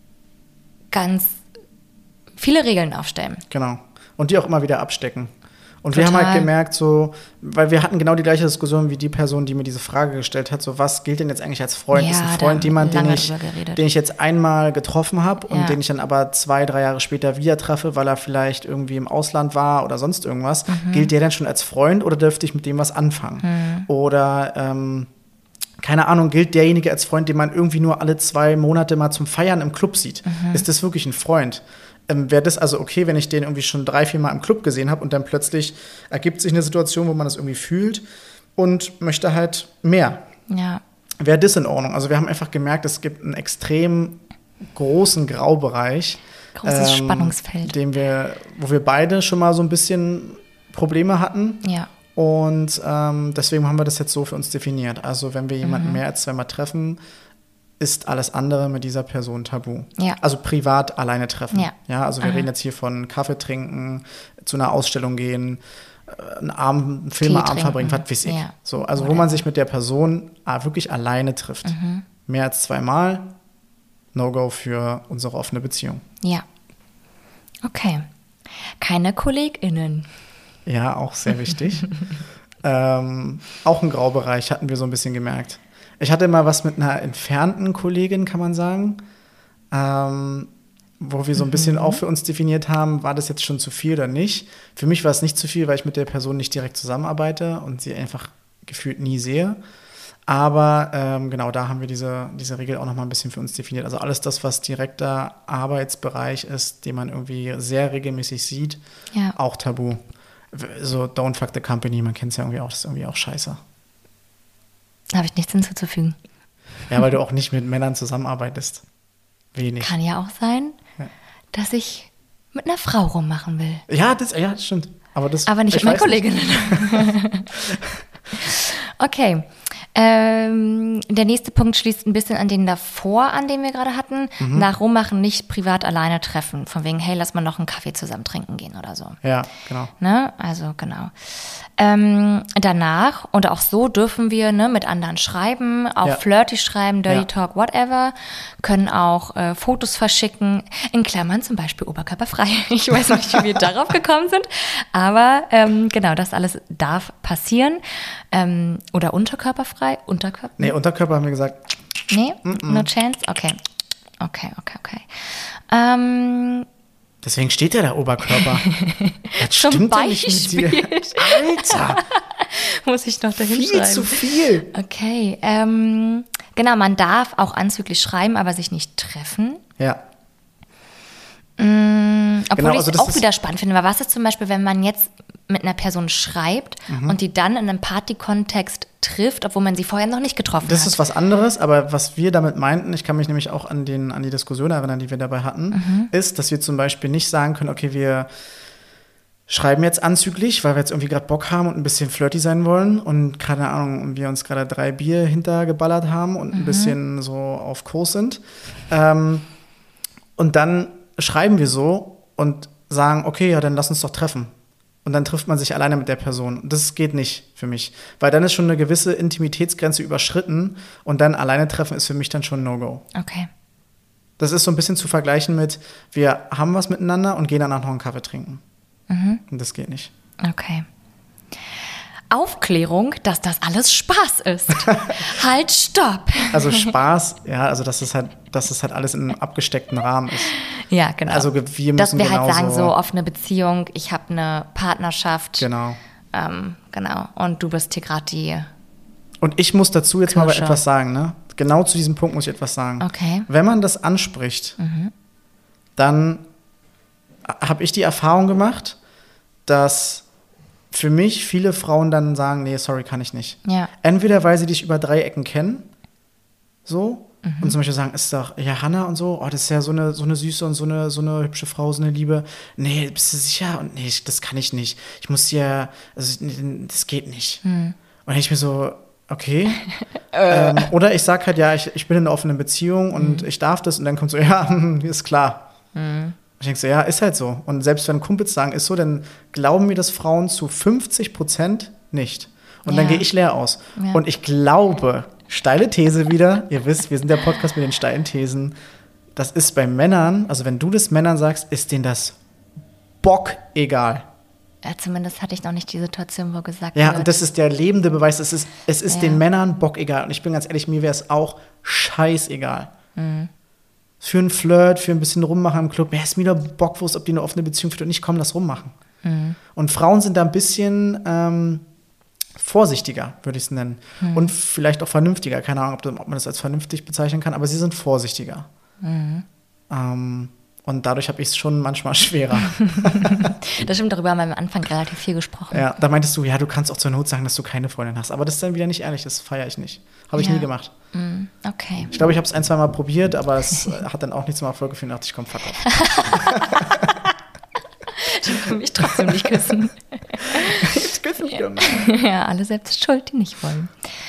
ganz viele Regeln aufstellen. Genau. Und die auch immer wieder abstecken. Und Total. Wir haben halt gemerkt, so, weil wir hatten genau die gleiche Diskussion wie die Person, die mir diese Frage gestellt hat, so, was gilt denn jetzt eigentlich als Freund? Ja, ist ein Freund jemand, den ich, den ich jetzt einmal getroffen habe und ja. den ich dann aber zwei, drei Jahre später wieder treffe, weil er vielleicht irgendwie im Ausland war oder sonst irgendwas? Mhm. Gilt der denn schon als Freund oder dürfte ich mit dem was anfangen? Mhm. Oder, ähm, keine Ahnung, gilt derjenige als Freund, den man irgendwie nur alle zwei Monate mal zum Feiern im Club sieht? Mhm. Ist das wirklich ein Freund? Ähm, wäre das also okay, wenn ich den irgendwie schon drei, vier Mal im Club gesehen habe und dann plötzlich ergibt sich eine Situation, wo man das irgendwie fühlt und möchte halt mehr. Ja. Wäre das in Ordnung? Also wir haben einfach gemerkt, es gibt einen extrem großen Graubereich. Großes ähm, Spannungsfeld. Den wir, wo wir beide schon mal so ein bisschen Probleme hatten. Ja. Und ähm, deswegen haben wir das jetzt so für uns definiert. Also wenn wir jemanden mhm. mehr als zweimal treffen, ist alles andere mit dieser Person tabu. Ja. Also privat alleine treffen. Ja. Ja, also wir Aha. reden jetzt hier von Kaffee trinken, zu einer Ausstellung gehen, einen Abend, einen Filmeabend verbringen, was weiß ich. Ja. So, also Oder. Wo man sich mit der Person wirklich alleine trifft. Mhm. Mehr als zweimal, No-Go für unsere offene Beziehung. Ja. Okay. Keine KollegInnen. Ja, auch sehr wichtig. ähm, auch ein Graubereich hatten wir so ein bisschen gemerkt. Ich hatte mal was mit einer entfernten Kollegin, kann man sagen, ähm, wo wir so ein bisschen mhm. auch für uns definiert haben, war das jetzt schon zu viel oder nicht. Für mich war es nicht zu viel, weil ich mit der Person nicht direkt zusammenarbeite und sie einfach gefühlt nie sehe. Aber ähm, genau, da haben wir diese, diese Regel auch noch mal ein bisschen für uns definiert. Also alles das, was direkter Arbeitsbereich ist, den man irgendwie sehr regelmäßig sieht, ja. auch tabu. So don't fuck the company, man kennt es ja irgendwie auch, das ist irgendwie auch scheiße. Habe ich nichts hinzuzufügen. Ja, weil du auch nicht mit Männern zusammenarbeitest. Wenig. Kann ja auch sein, ja. dass ich mit einer Frau rummachen will. Ja, das, ja, das stimmt. Aber, das, Aber nicht mit meinen Kolleginnen. Okay. Ähm, der nächste Punkt schließt ein bisschen an den davor an, den wir gerade hatten. Mhm. Nach Rummachen nicht privat alleine treffen. Von wegen, hey, lass mal noch einen Kaffee zusammen trinken gehen oder so. Ja, genau. Ne? Also, genau. Ähm, danach, und auch so dürfen wir ne, mit anderen schreiben, auch ja. flirty schreiben, dirty ja. talk, whatever, können auch äh, Fotos verschicken, in Klammern zum Beispiel oberkörperfrei. Ich weiß noch nicht, wie wir darauf gekommen sind, aber ähm, genau, das alles darf passieren. Ähm, oder unterkörperfrei, Unterkörper? Nee, Unterkörper haben wir gesagt. Nee, Mm-mm. no chance? Okay, okay, okay, okay. Ähm... Deswegen steht ja der Oberkörper. Das stimmt ja nicht mit dir. Alter! Muss ich noch dahin viel schreiben. Viel zu viel. Okay, ähm, genau, man darf auch anzüglich schreiben, aber sich nicht treffen. Ja. Mm, obwohl genau, ich also es auch wieder spannend finde. Aber was ist zum Beispiel, wenn man jetzt mit einer Person schreibt mhm. und die dann in einem Party-Kontext trifft, obwohl man sie vorher noch nicht getroffen das hat? Das ist was anderes, aber was wir damit meinten, ich kann mich nämlich auch an, den, an die Diskussion erinnern, die wir dabei hatten, mhm. ist, dass wir zum Beispiel nicht sagen können, okay, wir schreiben jetzt anzüglich, weil wir jetzt irgendwie gerade Bock haben und ein bisschen flirty sein wollen und keine Ahnung, und wir uns gerade drei Bier hintergeballert haben und mhm. ein bisschen so auf Kurs sind. Ähm, und dann schreiben wir so und sagen, okay, ja, dann lass uns doch treffen. Und dann trifft man sich alleine mit der Person. Und das geht nicht für mich. Weil dann ist schon eine gewisse Intimitätsgrenze überschritten und dann alleine treffen ist für mich dann schon ein No-Go. Okay. Das ist so ein bisschen zu vergleichen mit, wir haben was miteinander und gehen danach noch einen Kaffee trinken. Mhm. Und das geht nicht. Okay. Aufklärung, dass das alles Spaß ist. Halt, stopp. Also Spaß, ja, also dass es halt, dass es halt alles in einem abgesteckten Rahmen ist. Ja, genau. Also wir müssen dass wir genauso, halt sagen, so offene Beziehung, ich habe eine Partnerschaft. Genau. Ähm, genau. Und du bist hier gerade die Und ich muss dazu jetzt Kirsche. mal etwas sagen, ne? Genau zu diesem Punkt muss ich etwas sagen. Okay. Wenn man das anspricht, mhm. dann habe ich die Erfahrung gemacht, dass für mich viele Frauen dann sagen, nee, sorry, kann ich nicht. Ja. Entweder, weil sie dich über drei Ecken kennen, so, mhm. und zum Beispiel sagen, ist doch, ja, Hannah und so, oh, das ist ja so eine, so eine süße und so eine, so eine hübsche Frau, so eine Liebe. Nee, bist du sicher? Und nee, das kann ich nicht. Ich muss dir, also das geht nicht. Mhm. Und ich mir so, okay. ähm, oder ich sag halt, ja, ich, ich bin in einer offenen Beziehung und mhm. ich darf das. Und dann kommt so, ja, ist klar. Mhm. Ich denke so, ja, ist halt so. Und selbst wenn Kumpels sagen, ist so, dann glauben mir das Frauen zu fünfzig Prozent nicht. Und ja. dann gehe ich leer aus. Ja. Und ich glaube, steile These wieder, ihr wisst, wir sind der Podcast mit den steilen Thesen, das ist bei Männern, also wenn du das Männern sagst, ist denen das Bock egal. Ja, zumindest hatte ich noch nicht die Situation, wo gesagt ja, wird. Ja, und das ist der lebende Beweis, es ist, es ist ja. den Männern Bock egal. Und ich bin ganz ehrlich, mir wäre es auch scheißegal. Mhm. Für einen Flirt, für ein bisschen rummachen im Club, mir ist mir doch Bockwurst, ob die eine offene Beziehung führt und nicht, komm, lass rummachen. Mhm. Und Frauen sind da ein bisschen ähm, vorsichtiger, würde ich es nennen. Mhm. Und vielleicht auch vernünftiger. Keine Ahnung, ob, das, ob man das als vernünftig bezeichnen kann, aber sie sind vorsichtiger. Mhm. Ähm, und dadurch habe ich es schon manchmal schwerer. Das stimmt, darüber haben wir am Anfang relativ viel gesprochen. Ja, da meintest du, ja, du kannst auch zur Not sagen, dass du keine Freundin hast. Aber das ist dann wieder nicht ehrlich, das feiere ich nicht. Habe ich ja. nie gemacht. Mhm. Okay. Ich glaube, ich habe es ein, zwei Mal probiert, aber es hat dann auch nicht zum Erfolg geführt. Da dachte ich, komm, fuck off. Die will mich trotzdem nicht küssen. Ich küsse mich ja. Ja, alle selbst schuld, die nicht wollen.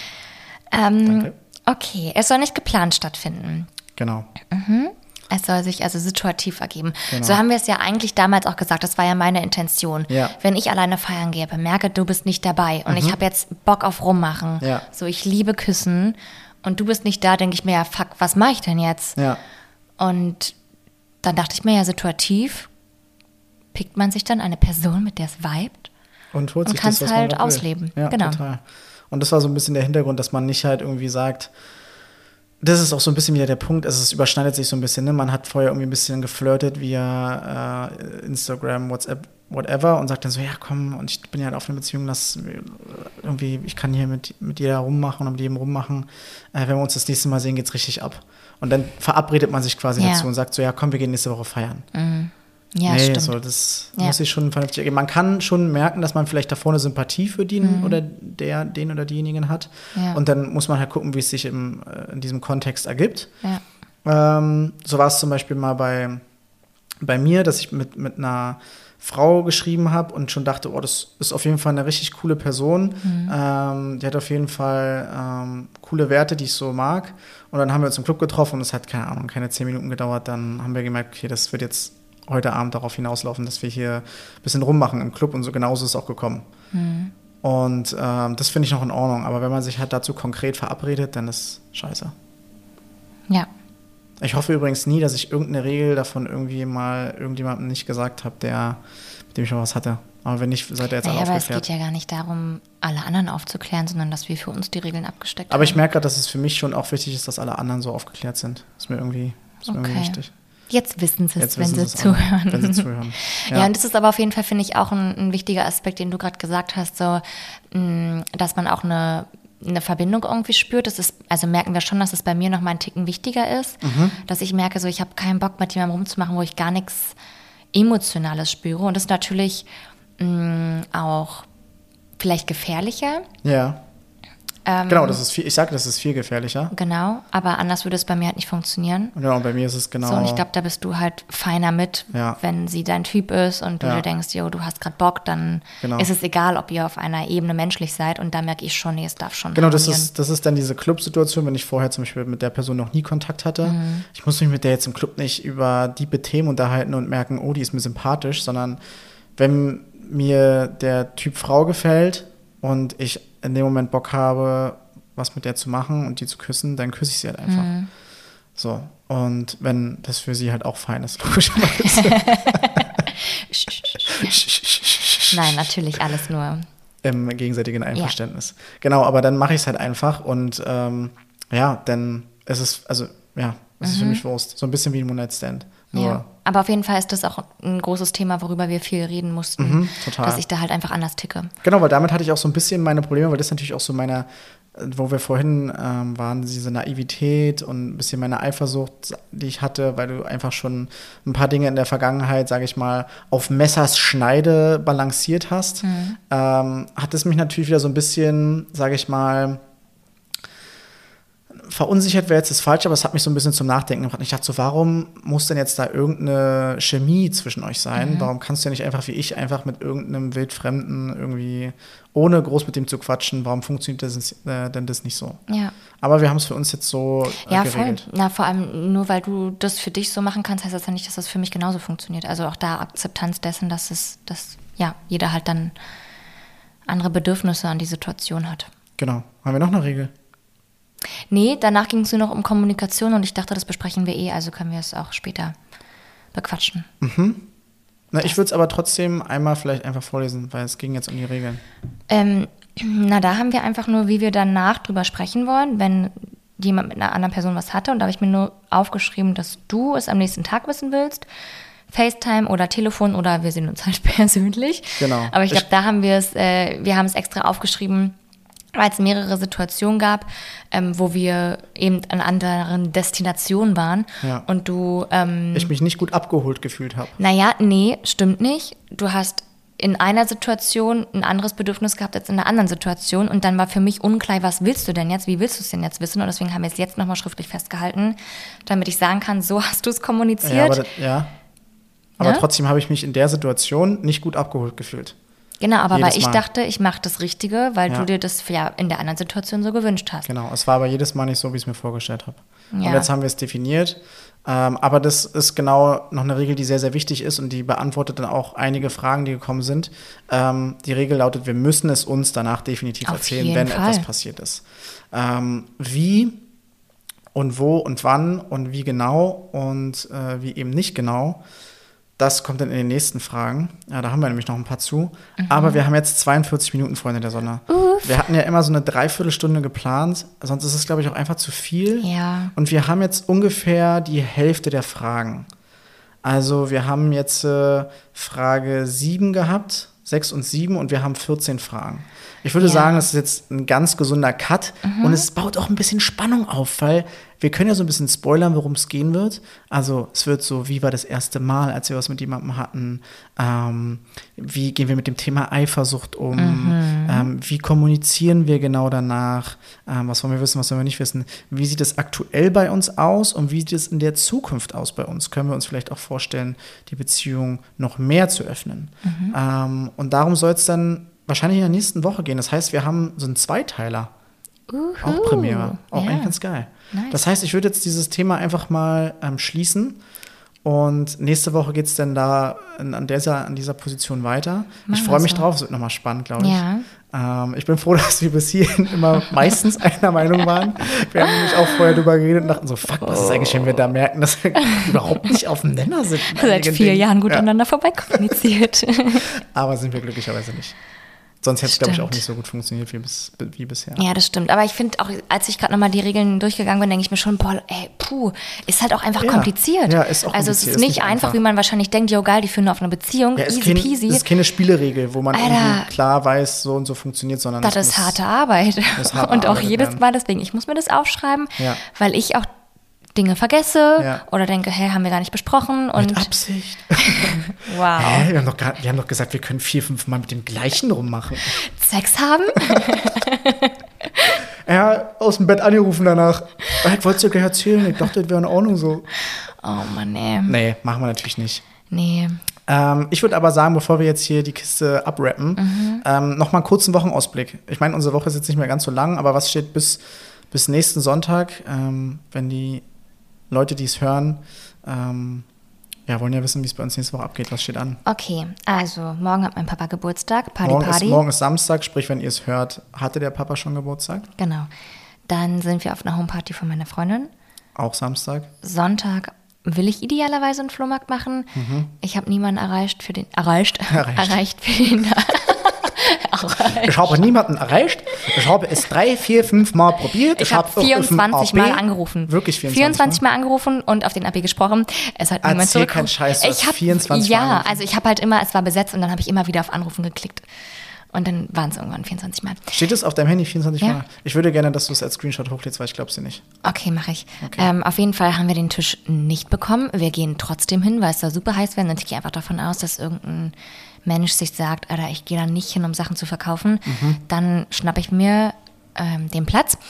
Ähm, Danke. Okay, es soll nicht geplant stattfinden. Genau. Mhm. Es soll sich also situativ ergeben. Genau. So haben wir es ja eigentlich damals auch gesagt. Das war ja meine Intention. Ja. Wenn ich alleine feiern gehe, bemerke, du bist nicht dabei und mhm. ich habe jetzt Bock auf Rummachen. Ja. So, ich liebe Küssen und du bist nicht da, denke ich mir, ja, fuck, was mache ich denn jetzt? Ja. Und dann dachte ich mir, ja, situativ pickt man sich dann eine Person, mit der es vibet und, holt und sich kann es das, halt ausleben. Ja, genau. Total. Und das war so ein bisschen der Hintergrund, dass man nicht halt irgendwie sagt, das ist auch so ein bisschen wieder der Punkt, also es überschneidet sich so ein bisschen, ne? Man hat vorher irgendwie ein bisschen geflirtet via äh, Instagram, WhatsApp, whatever und sagt dann so, ja komm, und ich bin ja halt auf einer Beziehung, dass irgendwie, ich kann hier mit, mit jeder rummachen und mit jedem rummachen, äh, wenn wir uns das nächste Mal sehen, geht's richtig ab. Und dann verabredet man sich quasi ja. dazu und sagt so, ja komm, wir gehen nächste Woche feiern. Mhm. Ja, nee, stimmt. So, das ja. muss ich schon vernünftig ergeben. Man kann schon merken, dass man vielleicht da vorne Sympathie für den mhm. oder der, den oder diejenigen hat. Ja. Und dann muss man halt gucken, wie es sich im, äh, in diesem Kontext ergibt. Ja. Ähm, so war es zum Beispiel mal bei, bei mir, dass ich mit, mit einer Frau geschrieben habe und schon dachte, oh, das ist auf jeden Fall eine richtig coole Person. Mhm. Ähm, die hat auf jeden Fall ähm, coole Werte, die ich so mag. Und dann haben wir uns im Club getroffen und es hat, keine Ahnung, keine zehn Minuten gedauert. Dann haben wir gemerkt, okay, das wird jetzt heute Abend darauf hinauslaufen, dass wir hier ein bisschen rummachen im Club und so genauso ist es auch gekommen. Mhm. Und ähm, das finde ich noch in Ordnung. Aber wenn man sich halt dazu konkret verabredet, dann ist scheiße. Ja. Ich hoffe übrigens nie, dass ich irgendeine Regel davon irgendwie mal irgendjemandem nicht gesagt habe, der, mit dem ich mal was hatte. Aber wenn nicht, seid ihr jetzt naja, alle aufgeklärt. Aber es geht ja gar nicht darum, alle anderen aufzuklären, sondern dass wir für uns die Regeln abgesteckt haben. Aber ich merke gerade, dass es für mich schon auch wichtig ist, dass alle anderen so aufgeklärt sind. Ist mir irgendwie, ist mir okay. irgendwie wichtig. Jetzt wissen sie es, wenn sie zuhören. Wenn sie zuhören. Ja. ja, und das ist aber auf jeden Fall, finde ich, auch ein, ein wichtiger Aspekt, den du gerade gesagt hast, so, mh, dass man auch eine, eine Verbindung irgendwie spürt. Das ist, also merken wir schon, dass es bei mir noch mal einen Ticken wichtiger ist, mhm. dass ich merke, so, ich habe keinen Bock, mit jemandem rumzumachen, wo ich gar nichts Emotionales spüre. Und das ist natürlich mh, auch vielleicht gefährlicher. Ja. Ähm, genau, das ist viel, ich sage, das ist viel gefährlicher. Genau, aber anders würde es bei mir halt nicht funktionieren. Genau, bei mir ist es genau. So, und ich glaube, da bist du halt feiner mit, ja. wenn sie dein Typ ist und du ja. dir denkst, jo, du hast gerade Bock, dann genau. ist es egal, ob ihr auf einer Ebene menschlich seid und da merke ich schon, nee, es darf schon Genau, das ist, das ist dann diese Club-Situation, wenn ich vorher zum Beispiel mit der Person noch nie Kontakt hatte. Mhm. Ich muss mich mit der jetzt im Club nicht über diepe Themen unterhalten und merken, oh, die ist mir sympathisch, sondern wenn mir der Typ Frau gefällt und ich in dem Moment Bock habe, was mit der zu machen und die zu küssen, dann küsse ich sie halt einfach. Mhm. So. Und wenn das für sie halt auch fein ist, logischerweise. Nein, natürlich alles nur im gegenseitigen Einverständnis. Ja. Genau, aber dann mache ich es halt einfach und ähm, ja, dann ist es, also ja, es mhm. ist für mich Wurst. So ein bisschen wie ein One-Night-Stand. Nur ja. Aber auf jeden Fall ist das auch ein großes Thema, worüber wir viel reden mussten. Mhm, total. Dass ich da halt einfach anders ticke. Genau, weil damit hatte ich auch so ein bisschen meine Probleme, weil das natürlich auch so meine, wo wir vorhin ähm, waren, diese Naivität und ein bisschen meine Eifersucht, die ich hatte, weil du einfach schon ein paar Dinge in der Vergangenheit, sage ich mal, auf Messers Schneide balanciert hast, mhm. ähm, hat es mich natürlich wieder so ein bisschen, sage ich mal, verunsichert wäre jetzt das Falsche, aber es hat mich so ein bisschen zum Nachdenken gebracht. Ich dachte so, warum muss denn jetzt da irgendeine Chemie zwischen euch sein? Mhm. Warum kannst du ja nicht einfach wie ich einfach mit irgendeinem Wildfremden irgendwie, ohne groß mit dem zu quatschen, warum funktioniert das äh, denn das nicht so? Ja. Aber wir haben es für uns jetzt so äh, ja, geregelt. Voll. Na, vor allem nur, weil du das für dich so machen kannst, heißt das ja nicht, dass das für mich genauso funktioniert. Also auch da Akzeptanz dessen, dass es, dass ja, jeder halt dann andere Bedürfnisse an die Situation hat. Genau. Haben wir noch eine Regel? Nee, danach ging es nur noch um Kommunikation und ich dachte, das besprechen wir eh, also können wir es auch später bequatschen. Mhm. Na, ich würde es aber trotzdem einmal vielleicht einfach vorlesen, weil es ging jetzt um die Regeln. Ähm, na, da haben wir einfach nur, wie wir danach drüber sprechen wollen, wenn jemand mit einer anderen Person was hatte. Und da habe ich mir nur aufgeschrieben, dass du es am nächsten Tag wissen willst. FaceTime oder Telefon oder wir sehen uns halt persönlich. Genau. Aber ich glaube, da haben wir es, äh, wir haben es extra aufgeschrieben, weil es mehrere Situationen gab, ähm, wo wir eben an anderen Destinationen waren Ja. und du... Ähm, ich mich nicht gut abgeholt gefühlt habe. Naja, nee, stimmt nicht. Du hast in einer Situation ein anderes Bedürfnis gehabt als in einer anderen Situation und dann war für mich unklar, was willst du denn jetzt, wie willst du es denn jetzt wissen und deswegen haben wir es jetzt nochmal schriftlich festgehalten, damit ich sagen kann, so hast du es kommuniziert. Ja, aber, das, ja. aber ne? trotzdem habe ich mich in der Situation nicht gut abgeholt gefühlt. Genau, aber Jedes weil ich Mal. dachte, ich mache das Richtige, weil Ja. du dir das ja in der anderen Situation so gewünscht hast. Genau, es war aber jedes Mal nicht so, wie ich es mir vorgestellt habe. Ja. Und jetzt haben wir es definiert. Ähm, aber das ist genau noch eine Regel, die sehr, sehr wichtig ist und die beantwortet dann auch einige Fragen, die gekommen sind. Ähm, die Regel lautet, wir müssen es uns danach definitiv Auf erzählen, jeden wenn Fall. etwas passiert ist. Ähm, wie und wo und wann und wie genau und äh, wie eben nicht genau, das kommt dann in den nächsten Fragen. Ja, da haben wir nämlich noch ein paar zu. Mhm. Aber wir haben jetzt zweiundvierzig Minuten, Freunde der Sonne. Uff. Wir hatten ja immer so eine Dreiviertelstunde geplant. Sonst ist es, glaube ich, auch einfach zu viel. Ja. Und wir haben jetzt ungefähr die Hälfte der Fragen. Also wir haben jetzt äh, Frage sieben gehabt, sechs und sieben und wir haben vierzehn Fragen. Ich würde Ja. sagen, das ist jetzt ein ganz gesunder Cut Mhm. und es baut auch ein bisschen Spannung auf, weil wir können ja so ein bisschen spoilern, worum es gehen wird. Also es wird so, wie war das erste Mal, als wir was mit jemandem hatten? Ähm, wie gehen wir mit dem Thema Eifersucht um? Mhm. Ähm, wie kommunizieren wir genau danach? Ähm, was wollen wir wissen, was wollen wir nicht wissen? Wie sieht es aktuell bei uns aus und wie sieht es in der Zukunft aus bei uns? Können wir uns vielleicht auch vorstellen, die Beziehung noch mehr zu öffnen? Mhm. Ähm, und darum soll es dann wahrscheinlich in der nächsten Woche gehen. Das heißt, wir haben so einen Zweiteiler. Uhu. Auch Premiere. Auch Ja. eigentlich ganz geil. Nice. Das heißt, ich würde jetzt dieses Thema einfach mal ähm, schließen. Und nächste Woche geht es dann da in, an, dieser, an dieser Position weiter. Machen ich freue mich wir so. drauf, es wird nochmal spannend, glaube ich. Ja. Ähm, ich bin froh, dass wir bis hierhin immer meistens einer Meinung waren. Wir haben nämlich auch vorher drüber geredet und dachten so, fuck, was ist eigentlich, wenn wir da merken, dass wir überhaupt nicht auf dem Nenner sind. in Seit einigen vier Dingen. Jahren gut Ja. aneinander vorbei kommuniziert. Aber sind wir glücklicherweise nicht. Sonst hätte es, glaube ich, auch Stimmt. nicht so gut funktioniert wie, bis, wie bisher. Ja, das stimmt. Aber ich finde auch, als ich gerade nochmal die Regeln durchgegangen bin, denke ich mir schon, boah, ey, puh, ist halt auch einfach Ja. kompliziert. Ja, ist auch also es kompliziert, ist ist nicht, nicht einfach, einfach. wie man wahrscheinlich denkt, jo geil, die führen auf eine Beziehung, Ja, ist easy kein, peasy. Das ist keine Spielregel, wo man Alter. irgendwie klar weiß, so und so funktioniert, sondern Das es ist muss- harte Arbeit. muss hart Und auch erarbeitet jedes werden. Mal deswegen, ich muss mir das aufschreiben, Ja. weil ich auch Dinge vergesse Ja. oder denke, hey, haben wir gar nicht besprochen. Und Mit Absicht. wow. Hä? Wir haben, doch gar, wir haben doch gesagt, wir können vier, fünf Mal mit dem gleichen rummachen. Sex haben? Ja, aus dem Bett angerufen danach. Ich wollte es dir gleich erzählen. Ich dachte, das wäre in Ordnung so. Oh Mann, nee. Nee, machen wir natürlich nicht. Nee. Ähm, ich würde aber sagen, bevor wir jetzt hier die Kiste abrappen, Mhm. ähm, noch mal einen kurzen Wochenausblick. Ich meine, unsere Woche ist jetzt nicht mehr ganz so lang, aber was steht bis, bis nächsten Sonntag, ähm, wenn die Leute, die es hören, ähm, ja, wollen ja wissen, wie es bei uns nächste Woche abgeht. Was steht an? Okay, also morgen hat mein Papa Geburtstag, Party, Morgen ist, Party. morgen ist Samstag, sprich, wenn ihr es hört, hatte der Papa schon Geburtstag? Genau. Dann sind wir auf einer Homeparty von meiner Freundin. Auch Samstag. Sonntag will ich idealerweise einen Flohmarkt machen. Ich habe niemanden erreicht für den erreicht Erreicht. erreicht für den Ich habe niemanden erreicht. Ich habe es drei, vier, fünf Mal probiert. Ich habe hab auch auf dem vierundzwanzig A B Mal angerufen. Wirklich vierundzwanzig, vierundzwanzig Mal angerufen und auf den A B gesprochen. Es hat niemand Erzähl zurückgerufen. keinen Scheiß, du hast Ich hab, vierundzwanzig Mal Ja, angerufen. also ich habe halt immer, es war besetzt und dann habe ich immer wieder auf Anrufen geklickt. Und dann waren es irgendwann vierundzwanzig Mal. Steht es auf deinem Handy vierundzwanzig Ja. Mal? Ich würde gerne, dass du es als Screenshot hochlädst, weil ich glaube sie nicht. Okay, mache ich. Ähm, auf jeden Fall haben wir den Tisch nicht bekommen. Wir gehen trotzdem hin, weil es da super heiß wäre. Und ich gehe einfach davon aus, dass irgendein Mensch sich sagt, Alter, ich gehe da nicht hin, um Sachen zu verkaufen. Mhm. Dann schnappe ich mir ähm, den Platz.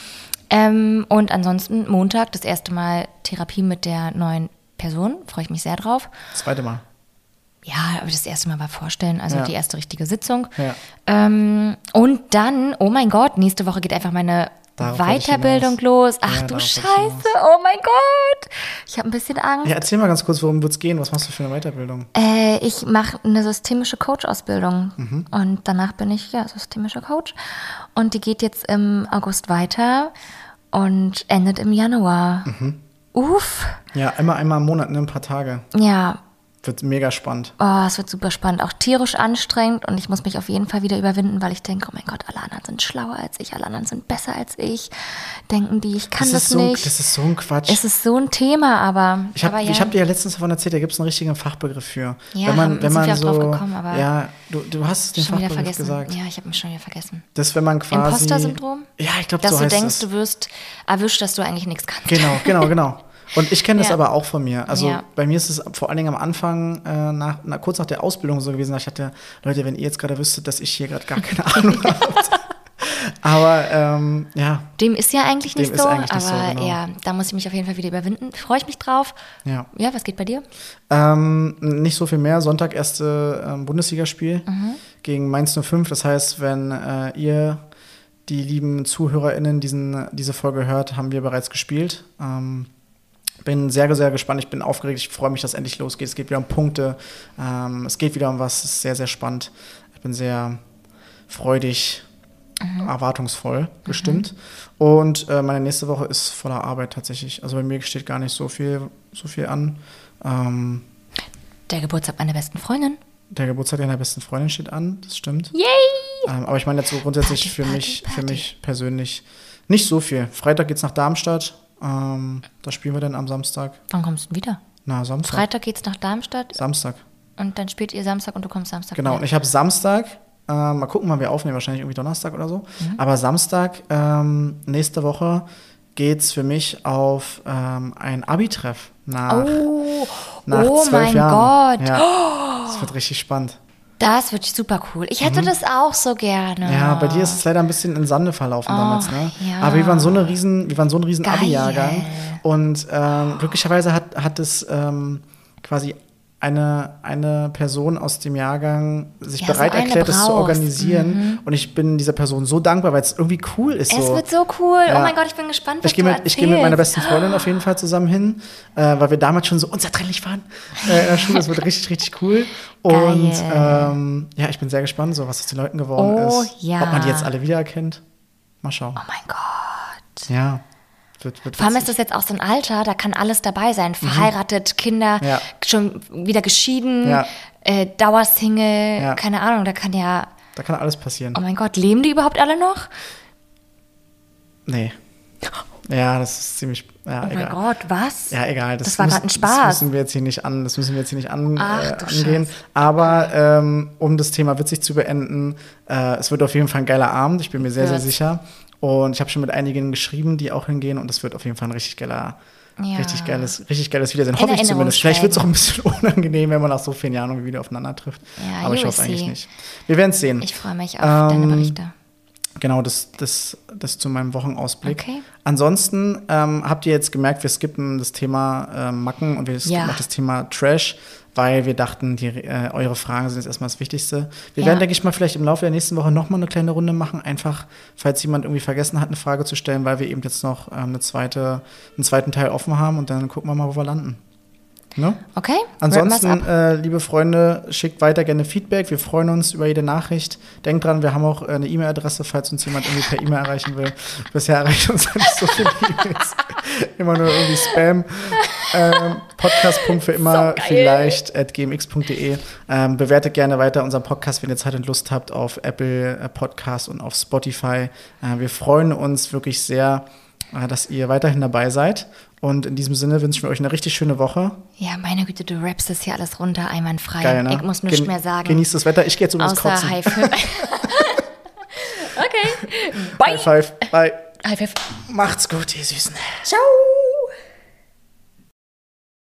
Ähm, und ansonsten Montag das erste Mal Therapie mit der neuen Person. Freue ich mich sehr drauf. Zweite Mal. Ja, aber das erste Mal war vorstellen, also Ja. die erste richtige Sitzung. Ja. Ähm, und dann, oh mein Gott, nächste Woche geht einfach meine Darauf wollte ich Weiterbildung hinaus. los. Ach Ja, du darauf wollte ich Scheiße, oh mein Gott. Ich habe ein bisschen Angst. Ja, erzähl mal ganz kurz, worum wird es gehen? Was machst du für eine Weiterbildung? Äh, ich mache eine systemische Coach-Ausbildung Mhm. und danach bin ich ja systemischer Coach. Und die geht jetzt im August weiter und endet im Januar. Mhm. Uff. Ja, einmal, einmal im Monat, ne, ein paar Tage. Ja, Wird mega spannend. oh, es wird super spannend, auch tierisch anstrengend und ich muss mich auf jeden Fall wieder überwinden, weil ich denke, oh mein Gott, alle anderen sind schlauer als ich, alle anderen sind besser als ich, denken die, ich kann Das das, ist so, nicht. das ist so ein Quatsch. Es ist so ein Thema, aber Ich habe aber ja. ich hab dir ja letztens davon erzählt, da gibt es einen richtigen Fachbegriff für. Ja, wenn man, haben- wenn sind man wir auch so, drauf gekommen, aber ja, du, du hast den schon wieder Fachbegriff vergessen. gesagt. Ja, ich habe mich schon wieder vergessen. Das, wenn man quasi. Imposter-Syndrom? Ja, ich glaube, Dass so du heißt denkst, es. du wirst erwischt, dass du eigentlich nichts kannst. Genau, genau, genau. Und ich kenne das Ja. aber auch von mir. Also Ja. bei mir ist es vor allen Dingen am Anfang, äh, nach, na, kurz nach der Ausbildung so gewesen, dass ich hatte, Leute, wenn ihr jetzt gerade wüsstet, dass ich hier gerade gar keine Ahnung habe. Aber ähm, ja, Dem ist ja eigentlich Dem nicht ist so, eigentlich nicht aber so, genau. ja, da muss ich mich auf jeden Fall wieder überwinden. Freue ich mich drauf. ja. Ja, was geht bei dir? Ähm, nicht so viel mehr. Sonntag erste ähm, Bundesligaspiel Mhm. gegen Mainz null fünf. Das heißt, wenn äh, ihr, die lieben ZuhörerInnen, diesen, diese Folge hört, haben wir bereits gespielt. Ähm, bin sehr, sehr gespannt. Ich bin aufgeregt. Ich freue mich, dass es endlich losgeht. Es geht wieder um Punkte. Ähm, es geht wieder um was. Es ist sehr, sehr spannend. Ich bin sehr freudig, erwartungsvoll gestimmt. Und äh, meine nächste Woche ist voller Arbeit tatsächlich. Also bei mir steht gar nicht so viel, so viel an. Ähm, Der Geburtstag meiner besten Freundin. der Geburtstag deiner besten Freundin steht an, das stimmt. Yay! Ähm, aber ich meine jetzt so grundsätzlich Party, für Party, mich, für Party. mich persönlich nicht so viel. Freitag geht's nach Darmstadt. Ähm, da spielen wir dann am Samstag. Wann kommst du wieder? Na, Samstag. Freitag geht's nach Darmstadt Samstag. und dann spielt ihr Samstag und du kommst Samstag Genau. Und wieder. ich habe Samstag, ähm, mal gucken, wann wir aufnehmen, wahrscheinlich irgendwie Donnerstag oder so. Mhm. Aber Samstag, ähm, nächste Woche, geht's für mich auf ähm, ein Abi-Treff nach, Oh, nach oh zwölf mein Jahren. Gott. Ja, das wird richtig spannend. Das wird super cool. Ich hätte das auch so gerne. Mhm. Ja, bei dir ist es leider ein bisschen in Sande verlaufen Oh, damals, ne? ja. Aber wir waren so eine riesen, wir waren so ein riesen Geil. Abi-Jahrgang. Und ähm, glücklicherweise hat, hat es ähm, quasi eine, eine Person aus dem Jahrgang sich Ja, so bereit eine erklärt, das zu brauchst. organisieren. Und ich bin dieser Person so dankbar, weil es irgendwie cool ist. Es so. wird so cool. Ja. Oh mein Gott, ich bin gespannt, was Ich gehe du mit, ich geh mit meiner erzählst. besten Freundin auf jeden Fall zusammen hin, äh, weil wir damals schon so unzertrennlich waren äh, in der Schule. Das wird richtig, richtig cool. Und ähm, ja, ich bin sehr gespannt, so was aus den Leuten geworden Oh, ist. ja. Ob man die jetzt alle wiedererkennt. Mal schauen. Oh mein Gott. Ja. Wird, wird Vor allem ist witzig. das jetzt auch so ein Alter, da kann alles dabei sein. Verheiratet, Kinder, Ja. schon wieder geschieden, Ja. äh, Dauersingle, Ja. keine Ahnung, da kann ja, Da kann alles passieren. oh mein Gott, leben die überhaupt alle noch? Nee. Ja, das ist ziemlich. Ja, Oh egal. mein Gott, was? Ja, egal. Das, Das war müssen- grad ein Spaß. Das müssen wir jetzt hier nicht an, das müssen wir jetzt hier nicht an, Ach, äh, du angehen. Scheiße. Aber ähm, um das Thema witzig zu beenden, äh, es wird auf jeden Fall ein geiler Abend. Ich bin mir sehr, sehr Wird's. sicher. Und ich habe schon mit einigen geschrieben, die auch hingehen. Und es wird auf jeden Fall ein richtig geiler, Ja. richtig geiles, richtig geiles Wiedersehen. In Hoffe ich Erinnerung zumindest. Vielleicht wird es auch ein bisschen schwelgen. unangenehm, wenn man nach so vielen Jahren irgendwie wieder aufeinander trifft. Ja, Aber ich you hoffe will eigentlich see. nicht. Wir werden es sehen. Ich freue mich auf deine Ähm, Berichte. Genau, das, das, das zu meinem Wochenausblick. Okay. Ansonsten ähm, habt ihr jetzt gemerkt, wir skippen das Thema äh, Macken und wir skippen Ja. auch das Thema Trash, weil wir dachten, die, äh, eure Fragen sind jetzt erstmal das Wichtigste. Wir Ja. werden, denke ich mal, vielleicht im Laufe der nächsten Woche nochmal eine kleine Runde machen, einfach, falls jemand irgendwie vergessen hat, eine Frage zu stellen, weil wir eben jetzt noch ähm, eine zweite, einen zweiten Teil offen haben und dann gucken wir mal, wo wir landen. Ne? Okay? Ansonsten, Wrap mal's ab. äh, liebe Freunde, schickt weiter gerne Feedback. Wir freuen uns über jede Nachricht. Denkt dran, wir haben auch äh, eine E-Mail-Adresse, falls uns jemand irgendwie per E-Mail erreichen will. Bisher erreicht uns ja nicht so viele E-Mails. Immer nur irgendwie Spam. Ähm, Podcast Punkt für immer So geil. vielleicht at gmx punkt de. Ähm, bewertet gerne weiter unseren Podcast, wenn ihr Zeit und Lust habt, auf Apple äh, Podcast und auf Spotify. Äh, wir freuen uns wirklich sehr, äh, dass ihr weiterhin dabei seid. Und in diesem Sinne wünschen wir euch eine richtig schöne Woche. Ja, meine Güte, du rappst das hier alles runter, einwandfrei. Geil, ne? Ich muss nichts Gen- mehr sagen. Genießt das Wetter. Ich gehe jetzt übrigens Außer kotzen. High Five. Okay. Bye. High five. Bye. High Five. Macht's gut, ihr Süßen. Ciao.